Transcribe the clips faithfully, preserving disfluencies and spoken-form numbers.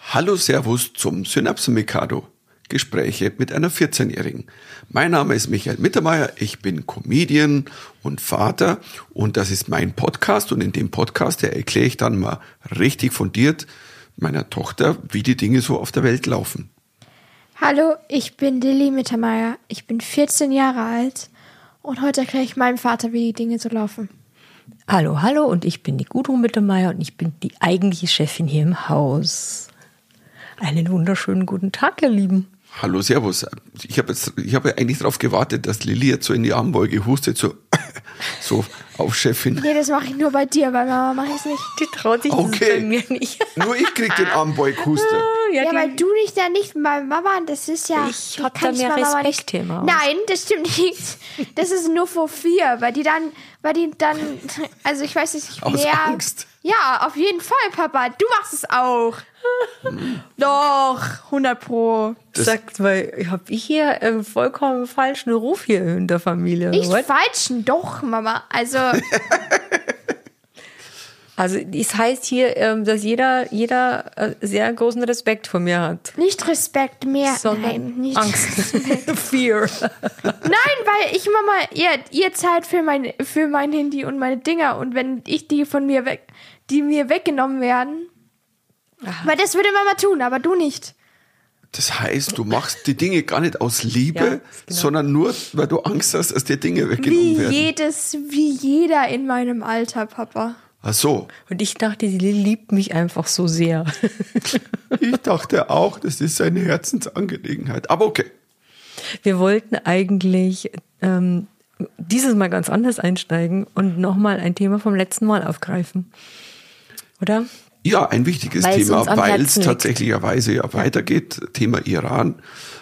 Hallo, Servus zum Synapsen-Mikado. Gespräche mit einer vierzehnjährigen. Mein Name ist Michael Mittermeier, ich bin Comedian und Vater und das ist mein Podcast und in dem Podcast erkläre ich dann mal richtig fundiert meiner Tochter, wie die Dinge so auf der Welt laufen. Hallo, ich bin Lilly Mittermeier, ich bin vierzehn Jahre alt und heute erkläre ich meinem Vater, wie die Dinge so laufen. Hallo, hallo und ich bin die Gudrun Mittermeier und ich bin die eigentliche Chefin hier im Haus. Einen wunderschönen guten Tag, ihr Lieben. Hallo, Servus. Ich habe jetzt, ich habe eigentlich darauf gewartet, dass Lilly jetzt so in die Armbeuge hustet, so, so auf Chefin. Nee, das mache ich nur bei dir, bei Mama mache ich es nicht. Die traut sich Okay. das bei mir nicht. Nur ich krieg den Armbeughuster. Ja, die- weil du nicht da nicht bei Mama, das ist ja... Ich du hab da kannst mehr bei Mama Respekt, nicht- Thema. Nein, das stimmt nicht. Das ist nur vor vier, weil die dann, weil die dann, also ich weiß nicht, Aus mehr... Angst. Ja, auf jeden Fall, Papa. Du machst es auch. Doch, hundert Pro. Sagt, weil habe ich hier einen vollkommen falschen Ruf hier in der Familie. Nicht What? falschen, doch, Mama. Also, Also es heißt hier, ähm, dass jeder, jeder äh, sehr großen Respekt vor mir hat. nicht Respekt mehr. Sondern Nein, nicht Angst. Fear. Nein, weil ich, Mama, ihr, ihr zahlt für mein, für mein Handy und meine Dinger. Und wenn ich die von mir weg, die mir weggenommen werden, weil das würde Mama tun, aber du nicht. Das heißt, du machst die Dinge gar nicht aus Liebe, Ja, genau. sondern nur, weil du Angst hast, dass dir Dinge Wie weggenommen werden. jedes, wie jeder in meinem Alter, Papa. Ach so. Und ich dachte, sie liebt mich einfach so sehr. Ich dachte auch, das ist eine Herzensangelegenheit. Aber okay. Wir wollten eigentlich ähm, dieses Mal ganz anders einsteigen und nochmal ein Thema vom letzten Mal aufgreifen. Oder? Ja, ein wichtiges Weil es Thema, uns am weil es Herzen liegt. tatsächlicherweise ja weitergeht. Thema Iran.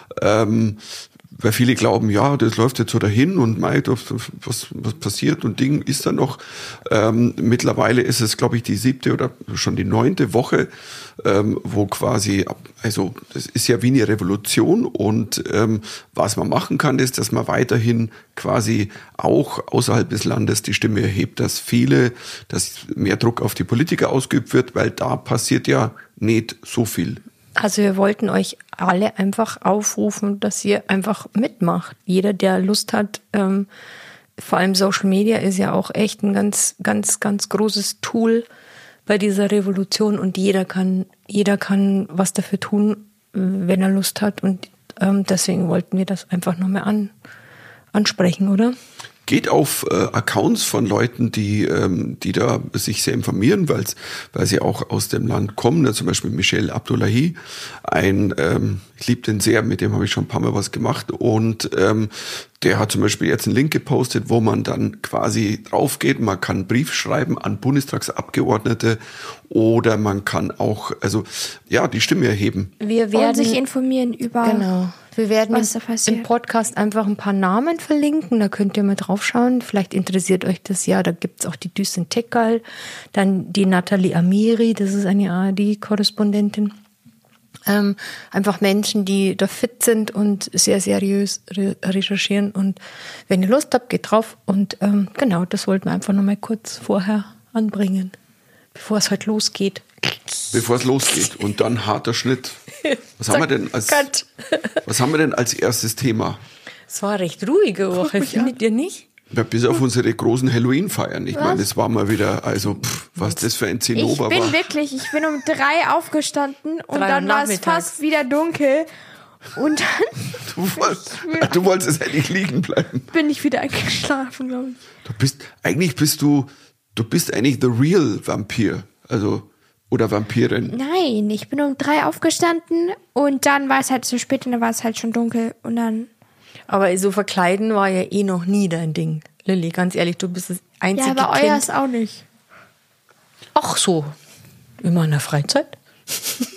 Ähm, weil viele glauben, ja, das läuft jetzt so dahin und mei, das- was, was passiert und Ding ist da noch. Ähm, mittlerweile ist es, glaube ich, die siebte oder schon die neunte Woche, ähm, wo quasi, also das ist ja wie eine Revolution und ähm, was man machen kann, ist, dass man weiterhin quasi auch außerhalb des Landes die Stimme erhebt, dass viele, dass mehr Druck auf die Politiker ausgeübt wird, weil da passiert ja nicht so viel. Also wir wollten euch alle einfach aufrufen, dass ihr einfach mitmacht. Jeder, der Lust hat, ähm, vor allem Social Media ist ja auch echt ein ganz, ganz, ganz großes Tool bei dieser Revolution und jeder kann, jeder kann was dafür tun, wenn er Lust hat und ähm, deswegen wollten wir das einfach nochmal an, ansprechen, oder? Geht auf äh, Accounts von Leuten, die ähm, die da sich sehr informieren, weil weil sie auch aus dem Land kommen. Ne? Zum Beispiel Michel Abdullahi, ein ähm, ich liebe den sehr, mit dem habe ich schon ein paar Mal was gemacht und ähm, der hat zum Beispiel jetzt einen Link gepostet, wo man dann quasi drauf geht. Man kann einen Brief schreiben an Bundestagsabgeordnete oder man kann auch also ja die Stimme erheben. Wir Und sich informieren über... Genau. Wir werden was da im, passiert. im Podcast einfach ein paar Namen verlinken, da könnt ihr mal draufschauen. Vielleicht interessiert euch das ja. Da gibt's auch die Düsen Tekal, dann die Nathalie Amiri, das ist eine A R D-Korrespondentin. Ähm, einfach Menschen, die da fit sind und sehr seriös re- recherchieren. Und wenn ihr Lust habt, geht drauf. Und ähm, genau, das wollten wir einfach nochmal kurz vorher anbringen, bevor es heute losgeht. Bevor es losgeht und dann harter Schnitt. Was haben wir denn als Cut. was haben wir denn als erstes Thema? Es war eine recht ruhige Woche, mich findet ihr nicht? Ja, bis auf unsere großen Halloween-Feiern. Ich meine, das war mal wieder, also pf, was das für ein Ich Zinnober bin war. wirklich, ich bin um drei aufgestanden und Drei dann Uhr war es nachmittags. fast wieder dunkel. Und dann Du, wolltest, du wolltest eigentlich liegen bleiben. bin ich wieder eingeschlafen, glaube ich. Du bist, eigentlich bist du, du bist eigentlich the real Vampir. Also, oder Vampirin. Nein, ich bin um drei aufgestanden und dann war es halt zu spät und dann war es halt schon dunkel und dann... Aber so verkleiden war ja eh noch nie dein Ding. Lilly, ganz ehrlich, du bist das einzige Ja, aber Kind. euers auch nicht. Ach so, in meiner Freizeit?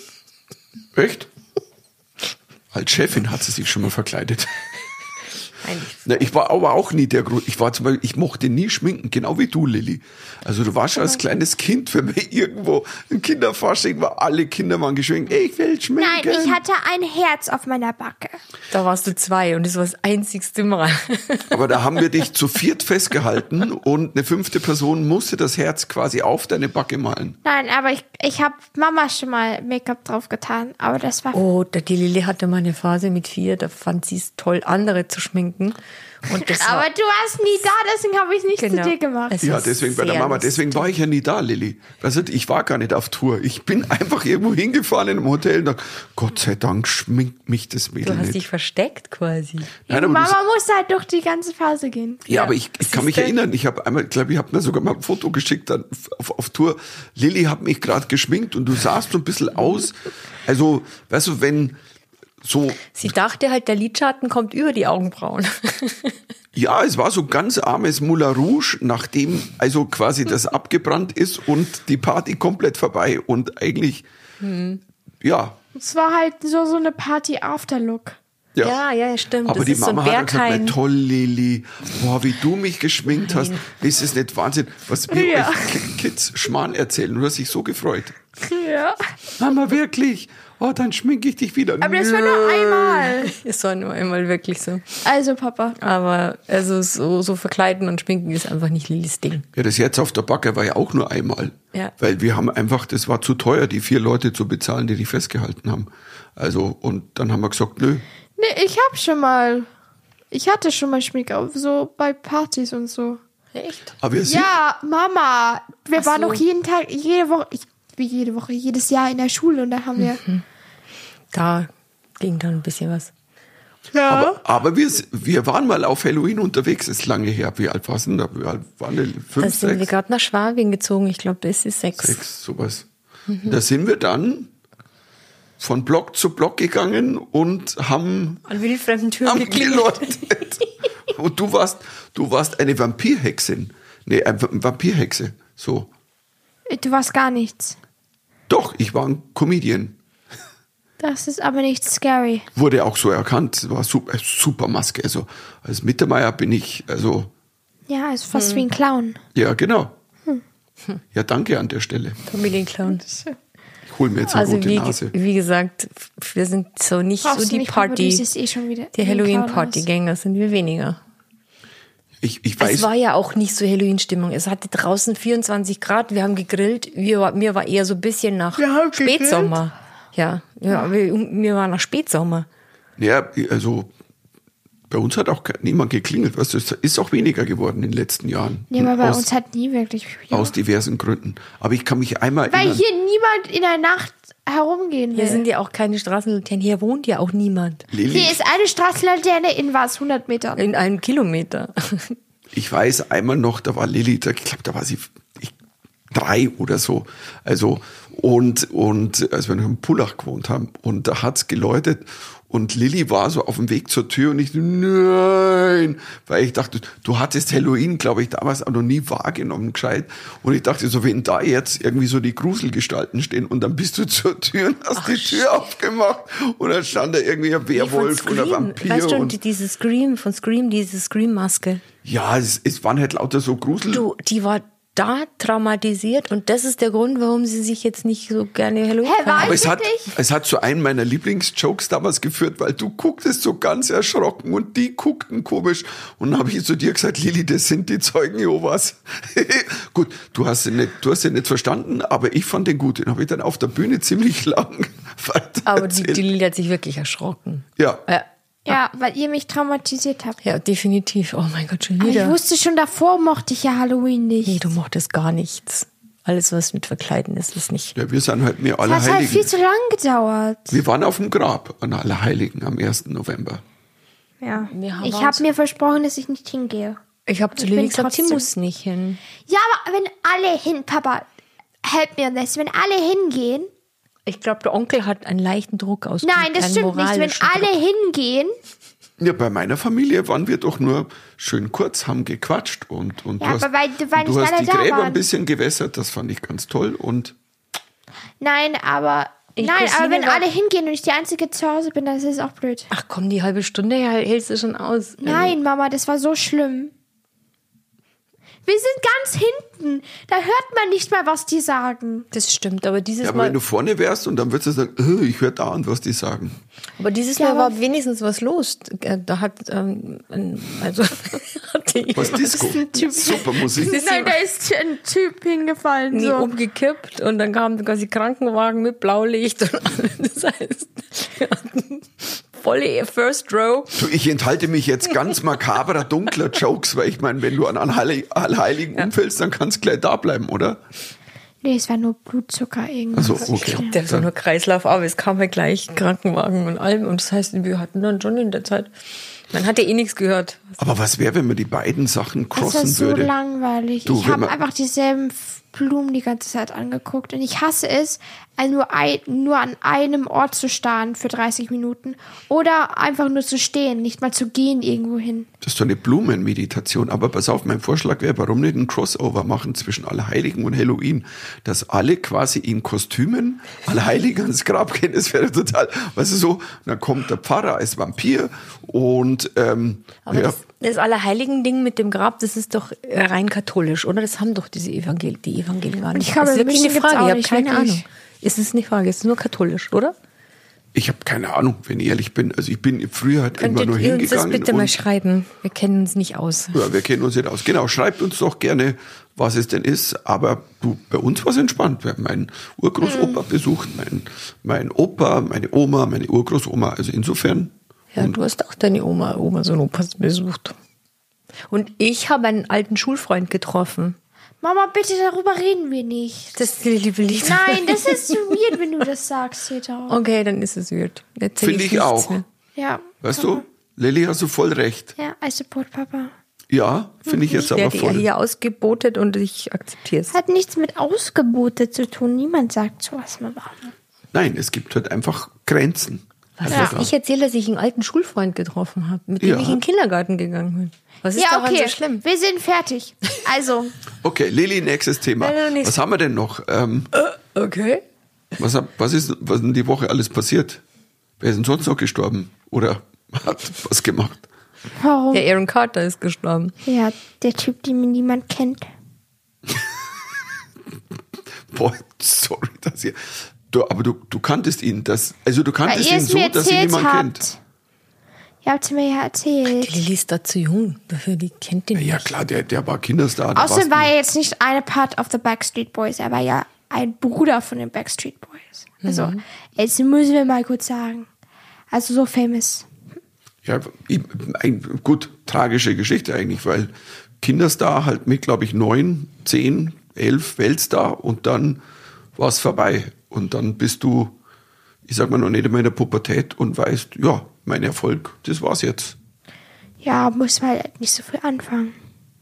Echt? Als Chefin hat sie sich schon mal verkleidet. eigentlich. Na, ich war aber auch nie der Grund. Ich war zum Beispiel, ich mochte nie schminken, genau wie du, Lilly. Also du warst schon als kleines Kind, wenn wir irgendwo ein Kinderfasching war, alle Kinder waren geschminkt. Ich will schminken. Nein, ich hatte ein Herz auf meiner Backe. Da warst du zwei und das war das einzigste Mal. Aber da haben wir dich zu viert festgehalten und eine fünfte Person musste das Herz quasi auf deine Backe malen. Nein, aber ich, ich habe Mama schon mal Make-up drauf getan, aber das war... Oh, die Lilly hatte mal eine Phase mit vier, da fand sie es toll, andere zu schminken. Und das aber war, du warst nie da, deswegen habe ich nicht Genau. zu dir gemacht. Es Ja, war deswegen bei der sehr Mama, deswegen war ich ja nie da, Lilly. Weißt du, ich war gar nicht auf Tour. Ich bin einfach irgendwo hingefahren in einem Hotel und dachte, Gott sei Dank schminkt mich das Mädel Du hast nicht. dich versteckt quasi. Nein, aber Mama das, musste halt durch die ganze Phase gehen. ja, Ja, aber ich, ich es kann ist mich der- erinnern, ich habe einmal, ich glaube, ich habe mir sogar mal ein Foto geschickt dann auf, auf Tour. Lilly hat mich gerade geschminkt und du sahst so ein bisschen aus. Also, weißt du, wenn so, Sie dachte halt, der Lidschatten kommt über die Augenbrauen. ja, es war so ganz armes Moulin Rouge, nachdem also quasi das abgebrannt ist und die Party komplett vorbei und eigentlich, ja, Es war halt so, so eine Party-After-Look. ja. Ja, ja, stimmt. Aber das die ist so ein Mama hat dann gesagt, Berghain. na toll, Lilly, boah, wie du mich geschminkt hast, ist es nicht Wahnsinn, was wir Ja. euch Ki- Kids Schmarrn erzählen. Du hast dich so gefreut. Ja. Mama, wirklich? Oh, dann schminke ich dich wieder. Aber das war nur einmal. Es war nur einmal wirklich so. Also, Papa. Aber also so, so verkleiden und schminken ist einfach nicht Lillys Ding. Ja, das Herz auf der Backe war ja auch nur einmal. Ja. Weil wir haben einfach, das war zu teuer, die vier Leute zu bezahlen, die dich festgehalten haben. Also, und dann haben wir gesagt, nö. Nee, ich hab schon mal. Ich hatte schon mal Schminke, so bei Partys und so. Echt? Aber wir sind, Ja, Mama. Wir Ach waren so. doch jeden Tag, jede Woche, ich, wie jede Woche, jedes Jahr in der Schule und da haben wir. Da ging dann ein bisschen was. Ja. aber, aber wir, wir waren mal auf Halloween unterwegs, ist lange her. Wie alt warst du denn da? Wie alt waren wir? Da Fünf, sind wir sechs? gerade nach Schwabing gezogen. Ich glaube, es ist sechs. Sechs, sowas. Da sind wir dann von Block zu Block gegangen und haben An wildfremden Türen am geklingelt. geläutet. Und du warst, du warst eine Vampirhexin. Nee, eine Vampirhexe. So. Du warst gar nichts. Doch, ich war ein Comedian. Das ist aber nicht scary. Wurde auch so erkannt. War super, super Maske. Also als Mittermeier bin ich, also, Ja, ist fast wie ein Clown. ja, genau. Ja, danke an der Stelle. Familienclown. Ich hol mir jetzt eine Also rote wie, Nase. wie gesagt, wir sind so nicht Brauchst so du die nicht, Papa, du Party, siehst eh schon wieder die wie ein Clown Halloween-Partygänger sind wir weniger. Ich, ich Es weiß, war ja auch nicht so Halloween-Stimmung. Es hatte draußen vierundzwanzig Grad, wir haben gegrillt. Wir, war- mir war eher so ein bisschen nach Wir haben gegrillt? Spätsommer. Ja, ja, wir- mir war nach Spätsommer. ja, also bei uns hat auch ke- niemand geklingelt. Weißt du, es ist auch weniger geworden in den letzten Jahren. hast. Ja, aber bei aus, uns hat nie wirklich. aus diversen Gründen. Aber ich kann mich einmal Weil erinnern. hier niemand in der Nacht herumgehen will. Hier sind ja auch keine Straßenlaternen, hier wohnt ja auch niemand. Lilly, Hier ist eine Straßenlaterne in was? hundert Metern. In einem Kilometer. ich weiß einmal noch, da war Lilly, da, ich glaube, da war sie ich, drei oder so. Also, und, und als wir noch in Pullach gewohnt haben, und da hat's geläutet und Lilly war so auf dem Weg zur Tür und ich, nein, weil ich dachte, du hattest Halloween, glaube ich, damals auch noch nie wahrgenommen, gescheit. Und ich dachte so, wenn da jetzt irgendwie so die Gruselgestalten stehen und dann bist du zur Tür und hast Ach, die Tür aufgemacht und dann stand da irgendwie ein Werwolf Von oder Scream. Vampir. Weißt du, und, und diese Scream, von Scream, diese Scream-Maske. ja, es, es waren halt lauter so Grusel. Du, die war da traumatisiert und das ist der Grund, warum sie sich jetzt nicht so gerne Halloween Hä, war feiern. Aber es hat, Wirklich? es hat zu einem meiner Lieblingsjokes damals geführt, weil du gucktest so ganz erschrocken und die guckten komisch. Und dann habe ich zu dir gesagt, Lilly, das sind die Zeugen Jehovas. Gut, du hast ihn nicht, du hast ihn nicht verstanden, aber ich fand den gut. Den habe ich dann auf der Bühne ziemlich lang weiter Aber die, erzählt. die Lili hat sich wirklich erschrocken. Ja, Ja, Ja, weil ihr mich traumatisiert habt. ja, definitiv. Oh mein Gott, schon Aber ich wieder. wusste schon davor, mochte ich ja Halloween nicht. Nee, du mochtest gar nichts. Alles, was mit Verkleiden ist, ist nicht. ja, wir sind halt mehr Das hat halt Allerheiligen. viel zu lang gedauert. Wir waren auf dem Grab an Allerheiligen am ersten November. Ja. Wir haben Ich uns- habe mir versprochen, dass ich nicht hingehe. Ich habe zu Ich Lili bin gesagt, sie trotzdem- muss nicht hin. Ja, aber wenn alle hin, Papa, help mir das, wenn alle hingehen. Ich glaube, der Onkel hat einen leichten Druck aus. Nein, das stimmt nicht. Wenn alle hingehen, Ja, bei meiner Familie waren wir doch nur schön kurz, haben gequatscht und, und Ja, du hast, aber weil- weil und du nicht hast alle die da Gräber waren. ein bisschen gewässert, das fand ich ganz toll und nein, aber Ich Nein, Cousine aber wenn war- alle hingehen und ich die Einzige zu Hause bin, dann ist es auch blöd. Ach komm, die halbe Stunde hältst du schon aus. Nein, Mama, das war so schlimm. Wir sind ganz hinten. Da hört man nicht mal, was die sagen. Das stimmt, aber dieses Ja, aber Mal, wenn du vorne wärst und dann würdest du sagen, äh, ich höre dauernd, was die sagen. aber dieses Ja, Mal war aber- wenigstens was los. Äh, Da hat, ähm, ein- also, hatte Was Disco? Super Musik. Nein, da ist ein Typ hingefallen. nie So. umgekippt und dann kam quasi Krankenwagen mit Blaulicht und alles. Das heißt, wir hatten volle First Row. Du, ich enthalte mich jetzt ganz makaberer, dunkler Jokes, weil ich meine, wenn du an Allheil- Allheiligen umfällst, dann kannst du gleich da bleiben, oder? Nee, es war nur Blutzucker irgendwie. Also, okay. Der ist ja nur Kreislauf, aber es kam ja gleich Krankenwagen und allem. Und das heißt, wir hatten dann schon in der Zeit, man hat ja eh nichts gehört. Aber was wäre, wenn man die beiden Sachen Das war crossen so würde? langweilig. Du, ich wenn habe man- einfach dieselben F- Blumen die ganze Zeit angeguckt. Und ich hasse es, also nur, ein, nur an einem Ort zu starren für dreißig Minuten. Oder einfach nur zu stehen, nicht mal zu gehen irgendwo hin. Das ist so eine Blumenmeditation. Aber pass auf, mein Vorschlag wäre, warum nicht ein Crossover machen zwischen Allerheiligen und Halloween? Dass alle quasi in Kostümen Allerheiligen ans Grab gehen. Das wäre total, weißt du so, und dann kommt der Pfarrer als Vampir und ähm, Aber ja, das, das Allerheiligen-Ding mit dem Grab, das ist doch rein katholisch, oder? Das haben doch diese Evangel die Evangelien gar nicht. ich glaube, das ist wirklich eine München gibt's Frage, auch ich habe nicht keine wirklich. Ahnung. Es ist eine Frage, es ist nur katholisch, oder? ich habe keine Ahnung, wenn ich ehrlich bin. Also ich bin früher halt immer Könntet nur ihr uns das hingegangen. bitte mal und, schreiben? Wir kennen uns nicht aus. ja, wir kennen uns nicht aus. Genau, schreibt uns doch gerne, was es denn ist. Aber du, bei uns war es entspannt. Wir haben meinen Urgroßopa besucht, mein, mein Opa, meine Oma, meine Urgroßoma. Also insofern. Ja, du hast auch deine Oma, Omas und Opas besucht. Und ich habe einen alten Schulfreund getroffen. Mama, bitte, darüber reden wir nicht. Das ist die liebe Lied. Nein, das ist so weird, wenn du das sagst, Peter. Okay, dann ist es weird. Erzähl Finde ich nichts auch. mehr. Ja. Weißt du, Lilly, hast du voll recht. Ja, I support Papa. Ja, finde ich jetzt Ich aber werde voll. hier ausgebotet und ich akzeptiere es. Hat nichts mit Ausgebote zu tun. Niemand sagt sowas, Mama. Nein, es gibt halt einfach Grenzen. Was Einfach weiß ich erzähle, dass ich einen alten Schulfreund getroffen habe, mit dem Ja. ich in den Kindergarten gegangen bin. Was ist Ja, daran okay. so schlimm? Wir sind fertig. Also, Okay, Lilly, nächstes Thema. Nein, nein, nächstes- Was haben wir denn noch? Ähm, Okay. was, hab- was ist was ist denn die Woche alles passiert? Wer ist denn sonst noch gestorben? Oder hat was gemacht? warum? Der Aaron Carter ist gestorben. Ja, der Typ, den mir niemand kennt. Boah, sorry, dass ihr. Du, aber du, du kanntest ihn. Das, also du Weil kanntest ihr ihn es so, mir dass ihn erzählt niemand kennt. habt. Ihr habt es mir ja erzählt. Die Lilly ist da zu jung. Dafür, die kennt den Ja nicht. klar, der, der war Kinderstar. da Außerdem warst war du- er jetzt nicht eine Part of the Backstreet Boys. Er war ja ein Bruder von den Backstreet Boys. Also, Mhm. jetzt müssen wir mal kurz sagen. Also so famous. Ja, ich- ein, gut, tragische Geschichte eigentlich, weil Kinderstar halt mit, glaube ich, neun, zehn, elf Weltstar und dann war es vorbei. Und dann bist du, ich sag mal, noch nicht einmal in der Pubertät und weißt, ja, mein Erfolg, das war's jetzt. Ja, muss man halt nicht so früh anfangen.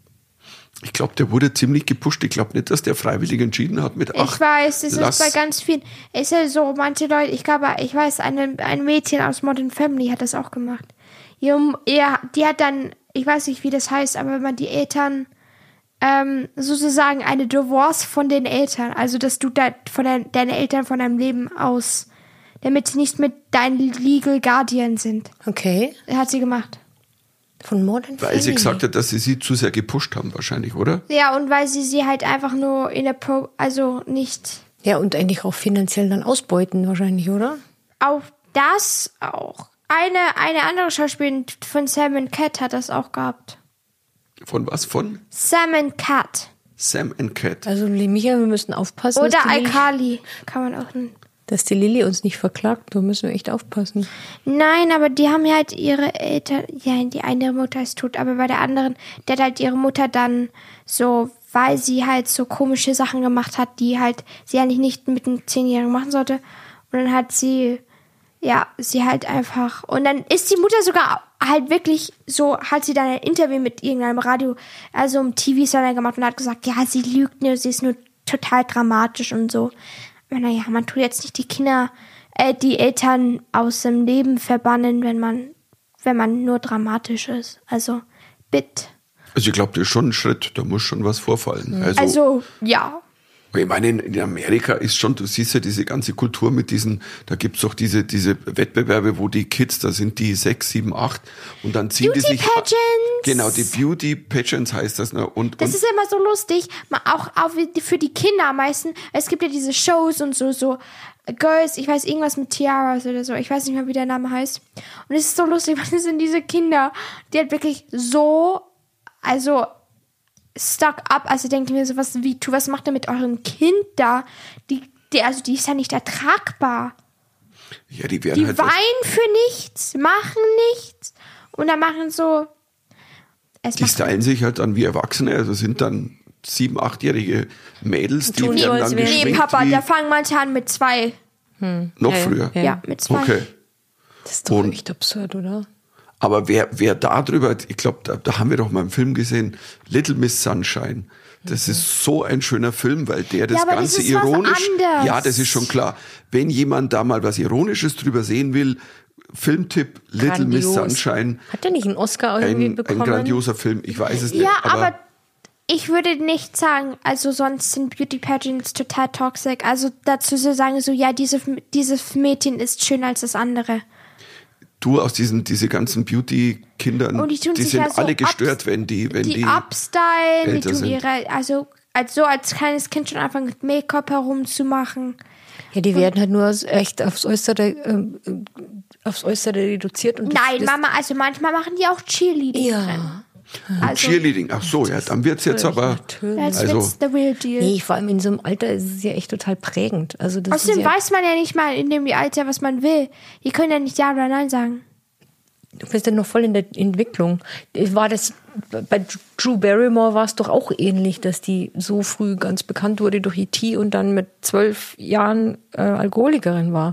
Ich glaube, der wurde ziemlich gepusht. Ich glaube nicht, dass der freiwillig entschieden hat mit acht. Ich weiß, das lass- ist bei ganz vielen. Ist ja so, manche Leute, ich glaube, ich weiß, eine, ein Mädchen aus Modern Family hat das auch gemacht. Ihr, ihr, die hat dann, ich weiß nicht, wie das heißt, aber wenn man die Eltern, ähm, sozusagen eine Divorce von den Eltern, also dass du da von dein, deine Eltern von deinem Leben aus, damit sie nicht mit deinen Legal Guardian sind. Okay. Hat sie gemacht. Von Modern Weil Family. sie gesagt hat, dass sie sie zu sehr gepusht haben, wahrscheinlich, oder? Ja, und weil sie sie halt einfach nur in der Pro, also nicht Ja, und eigentlich auch finanziell dann ausbeuten wahrscheinlich, oder? auch das auch. Eine, eine andere Schauspielerin von Sam and Cat hat das auch gehabt. Von was? Von Sam and Cat. Sam and Cat. Also Micha, wir müssen aufpassen, Oder dass, die Lilly, Alkali kann man auch nennen. dass die Lilly uns nicht verklagt. Da müssen wir echt aufpassen. Nein, aber die haben halt ihre Eltern, ja, die eine Mutter ist tot, aber bei der anderen, der hat halt ihre Mutter dann so, weil sie halt so komische Sachen gemacht hat, die halt sie eigentlich nicht mit einem Zehnjährigen machen sollte. Und dann hat sie, ja, sie halt einfach, und dann ist die Mutter sogar halt wirklich so, hat sie dann ein Interview mit irgendeinem Radio, also im T V-Sender gemacht und hat gesagt, ja, sie lügt nur, sie ist nur total dramatisch und so. Aber naja, man tut jetzt nicht die Kinder, äh, die Eltern aus dem Leben verbannen, wenn man, wenn man nur dramatisch ist. Also, bitte. Also ich glaube, das ist schon ein Schritt, da muss schon was vorfallen. Also, Also, ja. Ich meine, in, in Amerika ist schon, du siehst ja diese ganze Kultur mit diesen, da gibt's doch diese, diese Wettbewerbe, wo die Kids, da sind die sechs, sieben, acht und dann ziehen Beauty die sich... Pageants. Genau, die Beauty Pageants heißt das. Ne? Und, Das und ist immer so lustig, mal auch, auch für die Kinder am meisten. Es gibt ja diese Shows und so, so Girls, ich weiß irgendwas mit Tiaras oder so, ich weiß nicht mehr, wie der Name heißt. Und es ist so lustig, weil das sind diese Kinder, die halt wirklich so, also stuck up, also denkt mir so, was, wie, tu, was macht ihr mit eurem Kind da? Die, die, also die ist ja nicht ertragbar. ja, die werden Die halt... weinen für nichts, machen nichts und dann machen so... Es Die macht stylen sich halt dann wie Erwachsene, also sind dann sieben-, achtjährige Mädels, die Tun so, werden als dann wären- Nee, geschminkt Papa, wie da fangen manche an mit zwei. noch Ja, ja. früher. Ja. Ja, mit zwei. Okay. Das ist doch Und- echt absurd, oder? Aber wer, wer da drüber, ich glaube, da, da haben wir doch mal im Film gesehen, Little Miss Sunshine. Das ist so ein schöner Film, weil der das Ja, aber das Ganze ist was ironisch... anderes. Ja, das ist schon klar. Wenn jemand da mal was Ironisches drüber sehen will, Filmtipp, Little Miss Grandios. Sunshine. Hat der nicht einen Oscar irgendwie Ein, ein bekommen? grandioser Film, ich weiß es nicht. Ja, aber, ich würde nicht sagen, also sonst sind Beauty Pageants total toxic. Also dazu zu sagen, so, ja, diese, dieses Mädchen ist schöner als das andere. Du aus diesen diese ganzen Beauty-Kindern, Und die tun die sich sind ja so alle up- gestört, wenn die, wenn die, Die upstylen, die älter tun sind. ihre, also als so als kleines Kind schon anfangen mit Make-up herumzumachen. Ja, die werden halt nur echt aufs Äußere, ähm, äh, aufs Äußere reduziert. Und das, Nein, das, Mama, also manchmal machen die auch Cheerleading. Ja. Also, Cheerleading. Ach so, ja, dann wird's jetzt aber. Natürlich. that's also- what's the real deal. Nee, vor allem in so einem Alter ist es ja echt total prägend. Also das Außerdem ist ja, weiß man ja nicht mal in dem Alter, was man will. Die können ja nicht Ja oder Nein sagen. du bist ja noch voll in der Entwicklung. War das, bei Drew Barrymore war es doch auch ähnlich, dass die so früh ganz bekannt wurde durch E T und dann mit zwölf Jahren äh, Alkoholikerin war.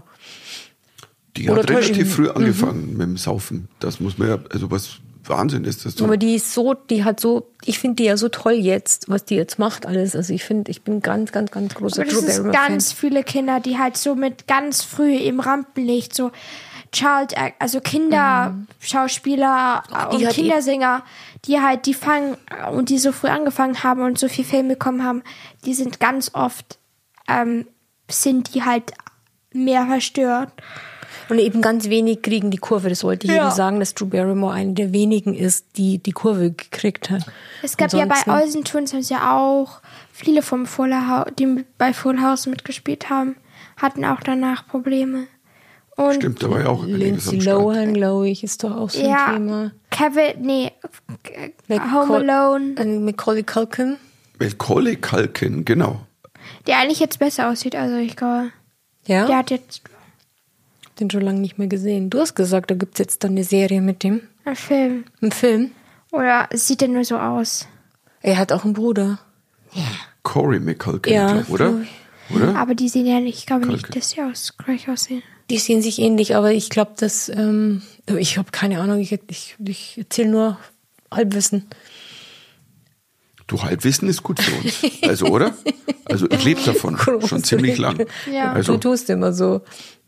Die Oder hat täusche ich relativ mich? früh angefangen mit dem Saufen. Das muss man ja, also was Wahnsinn ist das. So. Aber die ist so, die hat so, ich finde die ja so toll jetzt, was die jetzt macht alles. Also ich finde, ich bin ganz, ganz, ganz großer Aber Drew das ist Barrymore-Fan. ganz viele Kinder, die halt so mit ganz früh im Rampenlicht so Child, also Kinder, Schauspieler Die und hat Kindersänger, die halt, die fangen und die so früh angefangen haben und so viel Fame bekommen haben, die sind ganz oft, ähm, sind die halt mehr verstört. Und eben ganz wenig kriegen die Kurve. Das wollte ich Ja. eben sagen, dass Drew Barrymore eine der wenigen ist, die die Kurve gekriegt hat. Es gab ja Ansonsten- bei Olsen Twins haben es ja auch viele vom Full House, die bei Full House mitgespielt haben, hatten auch danach Probleme. Und Stimmt, da war ja auch einiges Lindsay am Start. Lohan, glaube ich, ist doch auch so ein ja, Thema. Kevin, nee, Macaul- Home Alone, Und Macaulay Culkin. Macaulay Culkin, genau. der eigentlich jetzt besser aussieht, also ich glaube, Ja, der hat jetzt den schon lange nicht mehr gesehen. Du hast gesagt, da gibt es jetzt dann eine Serie mit dem. einen Film. Einen Film. Oder sieht der nur so aus? Er hat auch einen Bruder. Corey McCulkin, Ja, glaub, oder? glaub Oder? Aber die sehen ja nicht, ich glaube nicht, Culkin. dass sie aus, gleich aussehen. Die sehen sich ähnlich, aber ich glaube, dass ähm, ich habe keine Ahnung. Ich, ich, ich erzähle nur Halbwissen. Du, Halbwissen ist gut für uns. Also, oder? Also, ich lebe davon schon ziemlich lang. Ja. Du Also, tust immer so.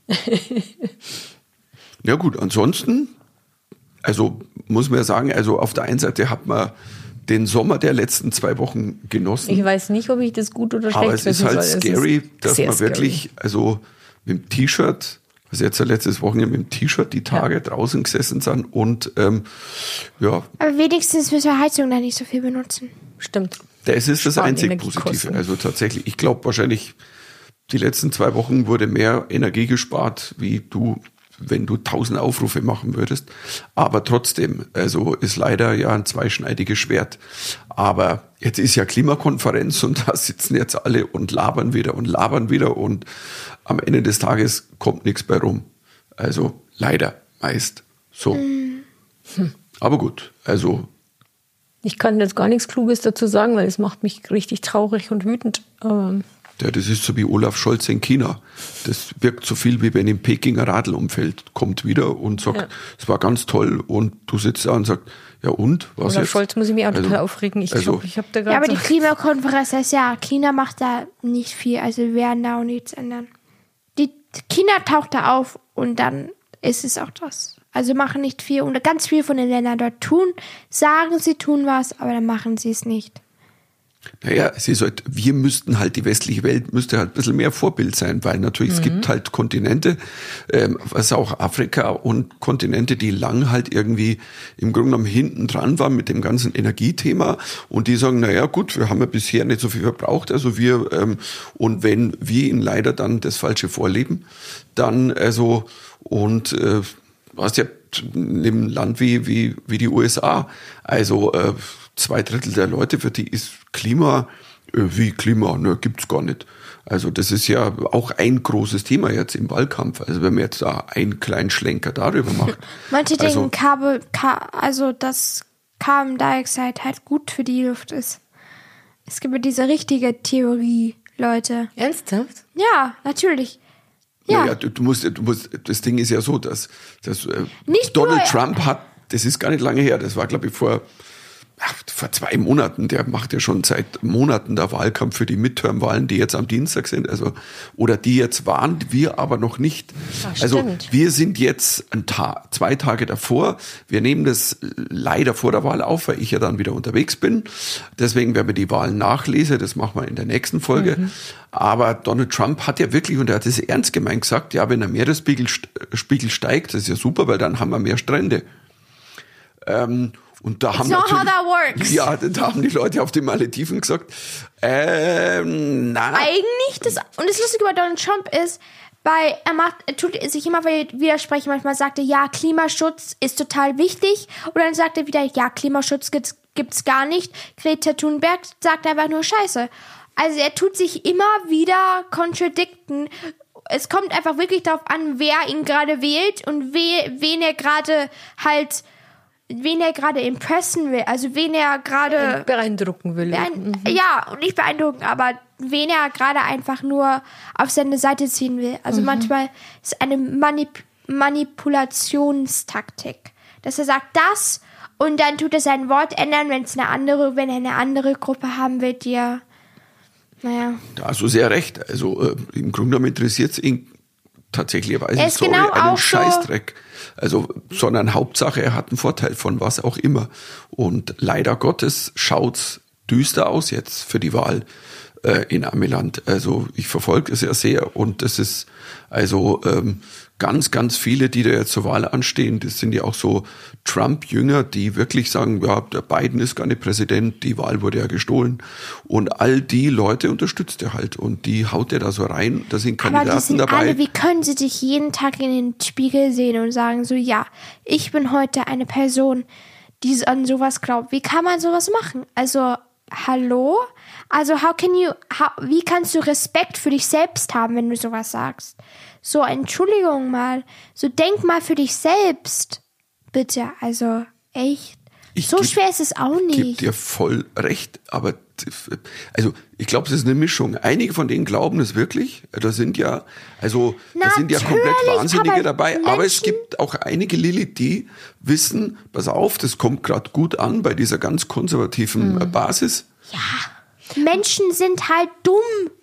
ja gut, ansonsten, also muss man ja sagen, also auf der einen Seite hat man den Sommer der letzten zwei Wochen genossen. Ich weiß nicht, ob ich das gut oder schlecht Aber es ist wissen halt soll. Es scary, ist dass sehr man scary. wirklich, also mit dem T-Shirt, also jetzt ja letztes Wochenende mit dem T-Shirt die Tage Ja. draußen gesessen sind und ähm, ja, Aber wenigstens müssen wir Heizung da nicht so viel benutzen. Stimmt. das ist das Sparen einzig Energiekosten. Positive. Also tatsächlich, ich glaube wahrscheinlich, die letzten zwei Wochen wurde mehr Energie gespart, wie du, wenn du tausend Aufrufe machen würdest. Aber trotzdem, also ist leider ja ein zweischneidiges Schwert. Aber jetzt ist ja Klimakonferenz und da sitzen jetzt alle und labern wieder und labern wieder und am Ende des Tages kommt nichts bei rum. Also leider meist so. Hm. Aber gut, also Ich kann jetzt gar nichts Kluges dazu sagen, weil es macht mich richtig traurig und wütend. Ähm, ja, das ist so wie Olaf Scholz in China. Das wirkt so viel, wie wenn im Pekinger Radl umfällt. Kommt wieder und sagt, Ja. es war ganz toll. Und du sitzt da und sagst, ja und? Was Olaf jetzt? Scholz muss ich mich auch Also- total aufregen. Ich also- glaube, ich habe da Ja, aber gerade die so Klimakonferenz heißt ja, China macht da nicht viel, also wir werden da auch nichts ändern. Die China taucht da auf und dann ist es auch das. Also machen nicht viel und ganz viel von den Ländern dort tun, sagen sie tun was, aber dann machen sie es nicht. Naja, es ist halt, wir müssten halt, die westliche Welt müsste halt ein bisschen mehr Vorbild sein, weil natürlich mhm. es gibt halt Kontinente, ähm, was auch Afrika und Kontinente, die lang halt irgendwie im Grunde genommen hinten dran waren mit dem ganzen Energiethema und die sagen, naja gut, wir haben ja bisher nicht so viel verbraucht, also wir, ähm, und wenn wir ihnen leider dann das Falsche vorleben, dann also, und äh, was ja in einem Land wie, wie, wie die U S A, also äh, zwei Drittel der Leute, für die ist Klima, äh, wie Klima, ne, gibt's gar nicht. Also das ist ja auch ein großes Thema jetzt im Wahlkampf. Also wenn man jetzt da einen kleinen Schlenker darüber macht. Manche also, denken, Kabel, Ka- also dass Carbon Dioxide halt gut für die Luft ist. Es gibt ja diese richtige Theorie, Leute. Ernsthaft? Ja, natürlich. Ja, naja, du, du musst, du musst, das Ding ist ja so, dass, dass äh, Nicht Donald nur- Trump hat, das ist gar nicht lange her, das war glaube ich vor, ach, vor zwei Monaten, der macht ja schon seit Monaten da Wahlkampf für die Midterm-Wahlen, die jetzt am Dienstag sind, also, oder die jetzt waren, wir aber noch nicht. Ach, also, stimmt. wir sind jetzt ein Tag, zwei Tage davor. Wir nehmen das leider vor der Wahl auf, weil ich ja dann wieder unterwegs bin. Deswegen werden wir die Wahlen nachlesen. Das machen wir in der nächsten Folge. Mhm. Aber Donald Trump hat ja wirklich, und er hat es ernst gemeint gesagt, ja, wenn der Meeresspiegel Spiegel steigt, das ist ja super, weil dann haben wir mehr Strände. Ähm, Und da It's haben not how natürlich, that works. ja, da haben die Leute auf den Malediven gesagt, ähm, na. Eigentlich, das, und das Lustige bei Donald Trump ist, weil er macht, er tut sich immer widersprechen. Manchmal sagt er, ja, Klimaschutz ist total wichtig. Und dann sagt er wieder, ja, Klimaschutz gibt's, gibt's gar nicht. Greta Thunberg sagt einfach nur Scheiße. Also er tut sich immer wieder kontradikten. Es kommt einfach wirklich darauf an, wer ihn gerade wählt und we, wen er gerade halt, wen er gerade impressen will. Also wen er gerade beeindrucken will. beein- mhm. Ja, und nicht beeindrucken, aber wen er gerade einfach nur auf seine Seite ziehen will. Also mhm. manchmal ist eine Manip- Manipulationstaktik, dass er sagt das und dann tut er sein Wort ändern, wenn es eine andere, wenn er eine andere Gruppe haben will, die er, naja. Da hast du sehr recht. Also äh, im Grunde genommen interessiert es ihn tatsächlicherweise Er ist sorry, genau einen auch so- Scheißdreck. Also, sondern Hauptsache, er hat einen Vorteil von was auch immer. Und leider Gottes schaut's düster aus jetzt für die Wahl äh, in Amiland. Also ich verfolge es ja sehr und das ist also ähm, ganz, ganz viele, die da jetzt zur Wahl anstehen, das sind ja auch so Trump-Jünger, die wirklich sagen, ja, der Biden ist gar nicht Präsident, die Wahl wurde ja gestohlen. Und all die Leute unterstützt er halt und die haut er da so rein, da sind Kandidaten Aber die sind dabei. alle, wie können sie sich jeden Tag in den Spiegel sehen und sagen so, ja, ich bin heute eine Person, die an sowas glaubt. Wie kann man sowas machen? Also, hallo? Also, how can you, how, wie kannst du Respekt für dich selbst haben, wenn du sowas sagst? So, Entschuldigung mal. So, denk mal für dich selbst. Bitte, also, echt. Ich so geb- schwer ist es auch Ich gebe nicht. dir voll recht, aber also ich glaube, es ist eine Mischung. Einige von denen glauben es wirklich. Da sind ja, also da sind ja komplett Natürlich, Wahnsinnige aber dabei. Aber es Menschen- gibt auch einige Lilly, die wissen, pass auf, das kommt gerade gut an bei dieser ganz konservativen Mhm. äh, Basis. Menschen sind halt dumm.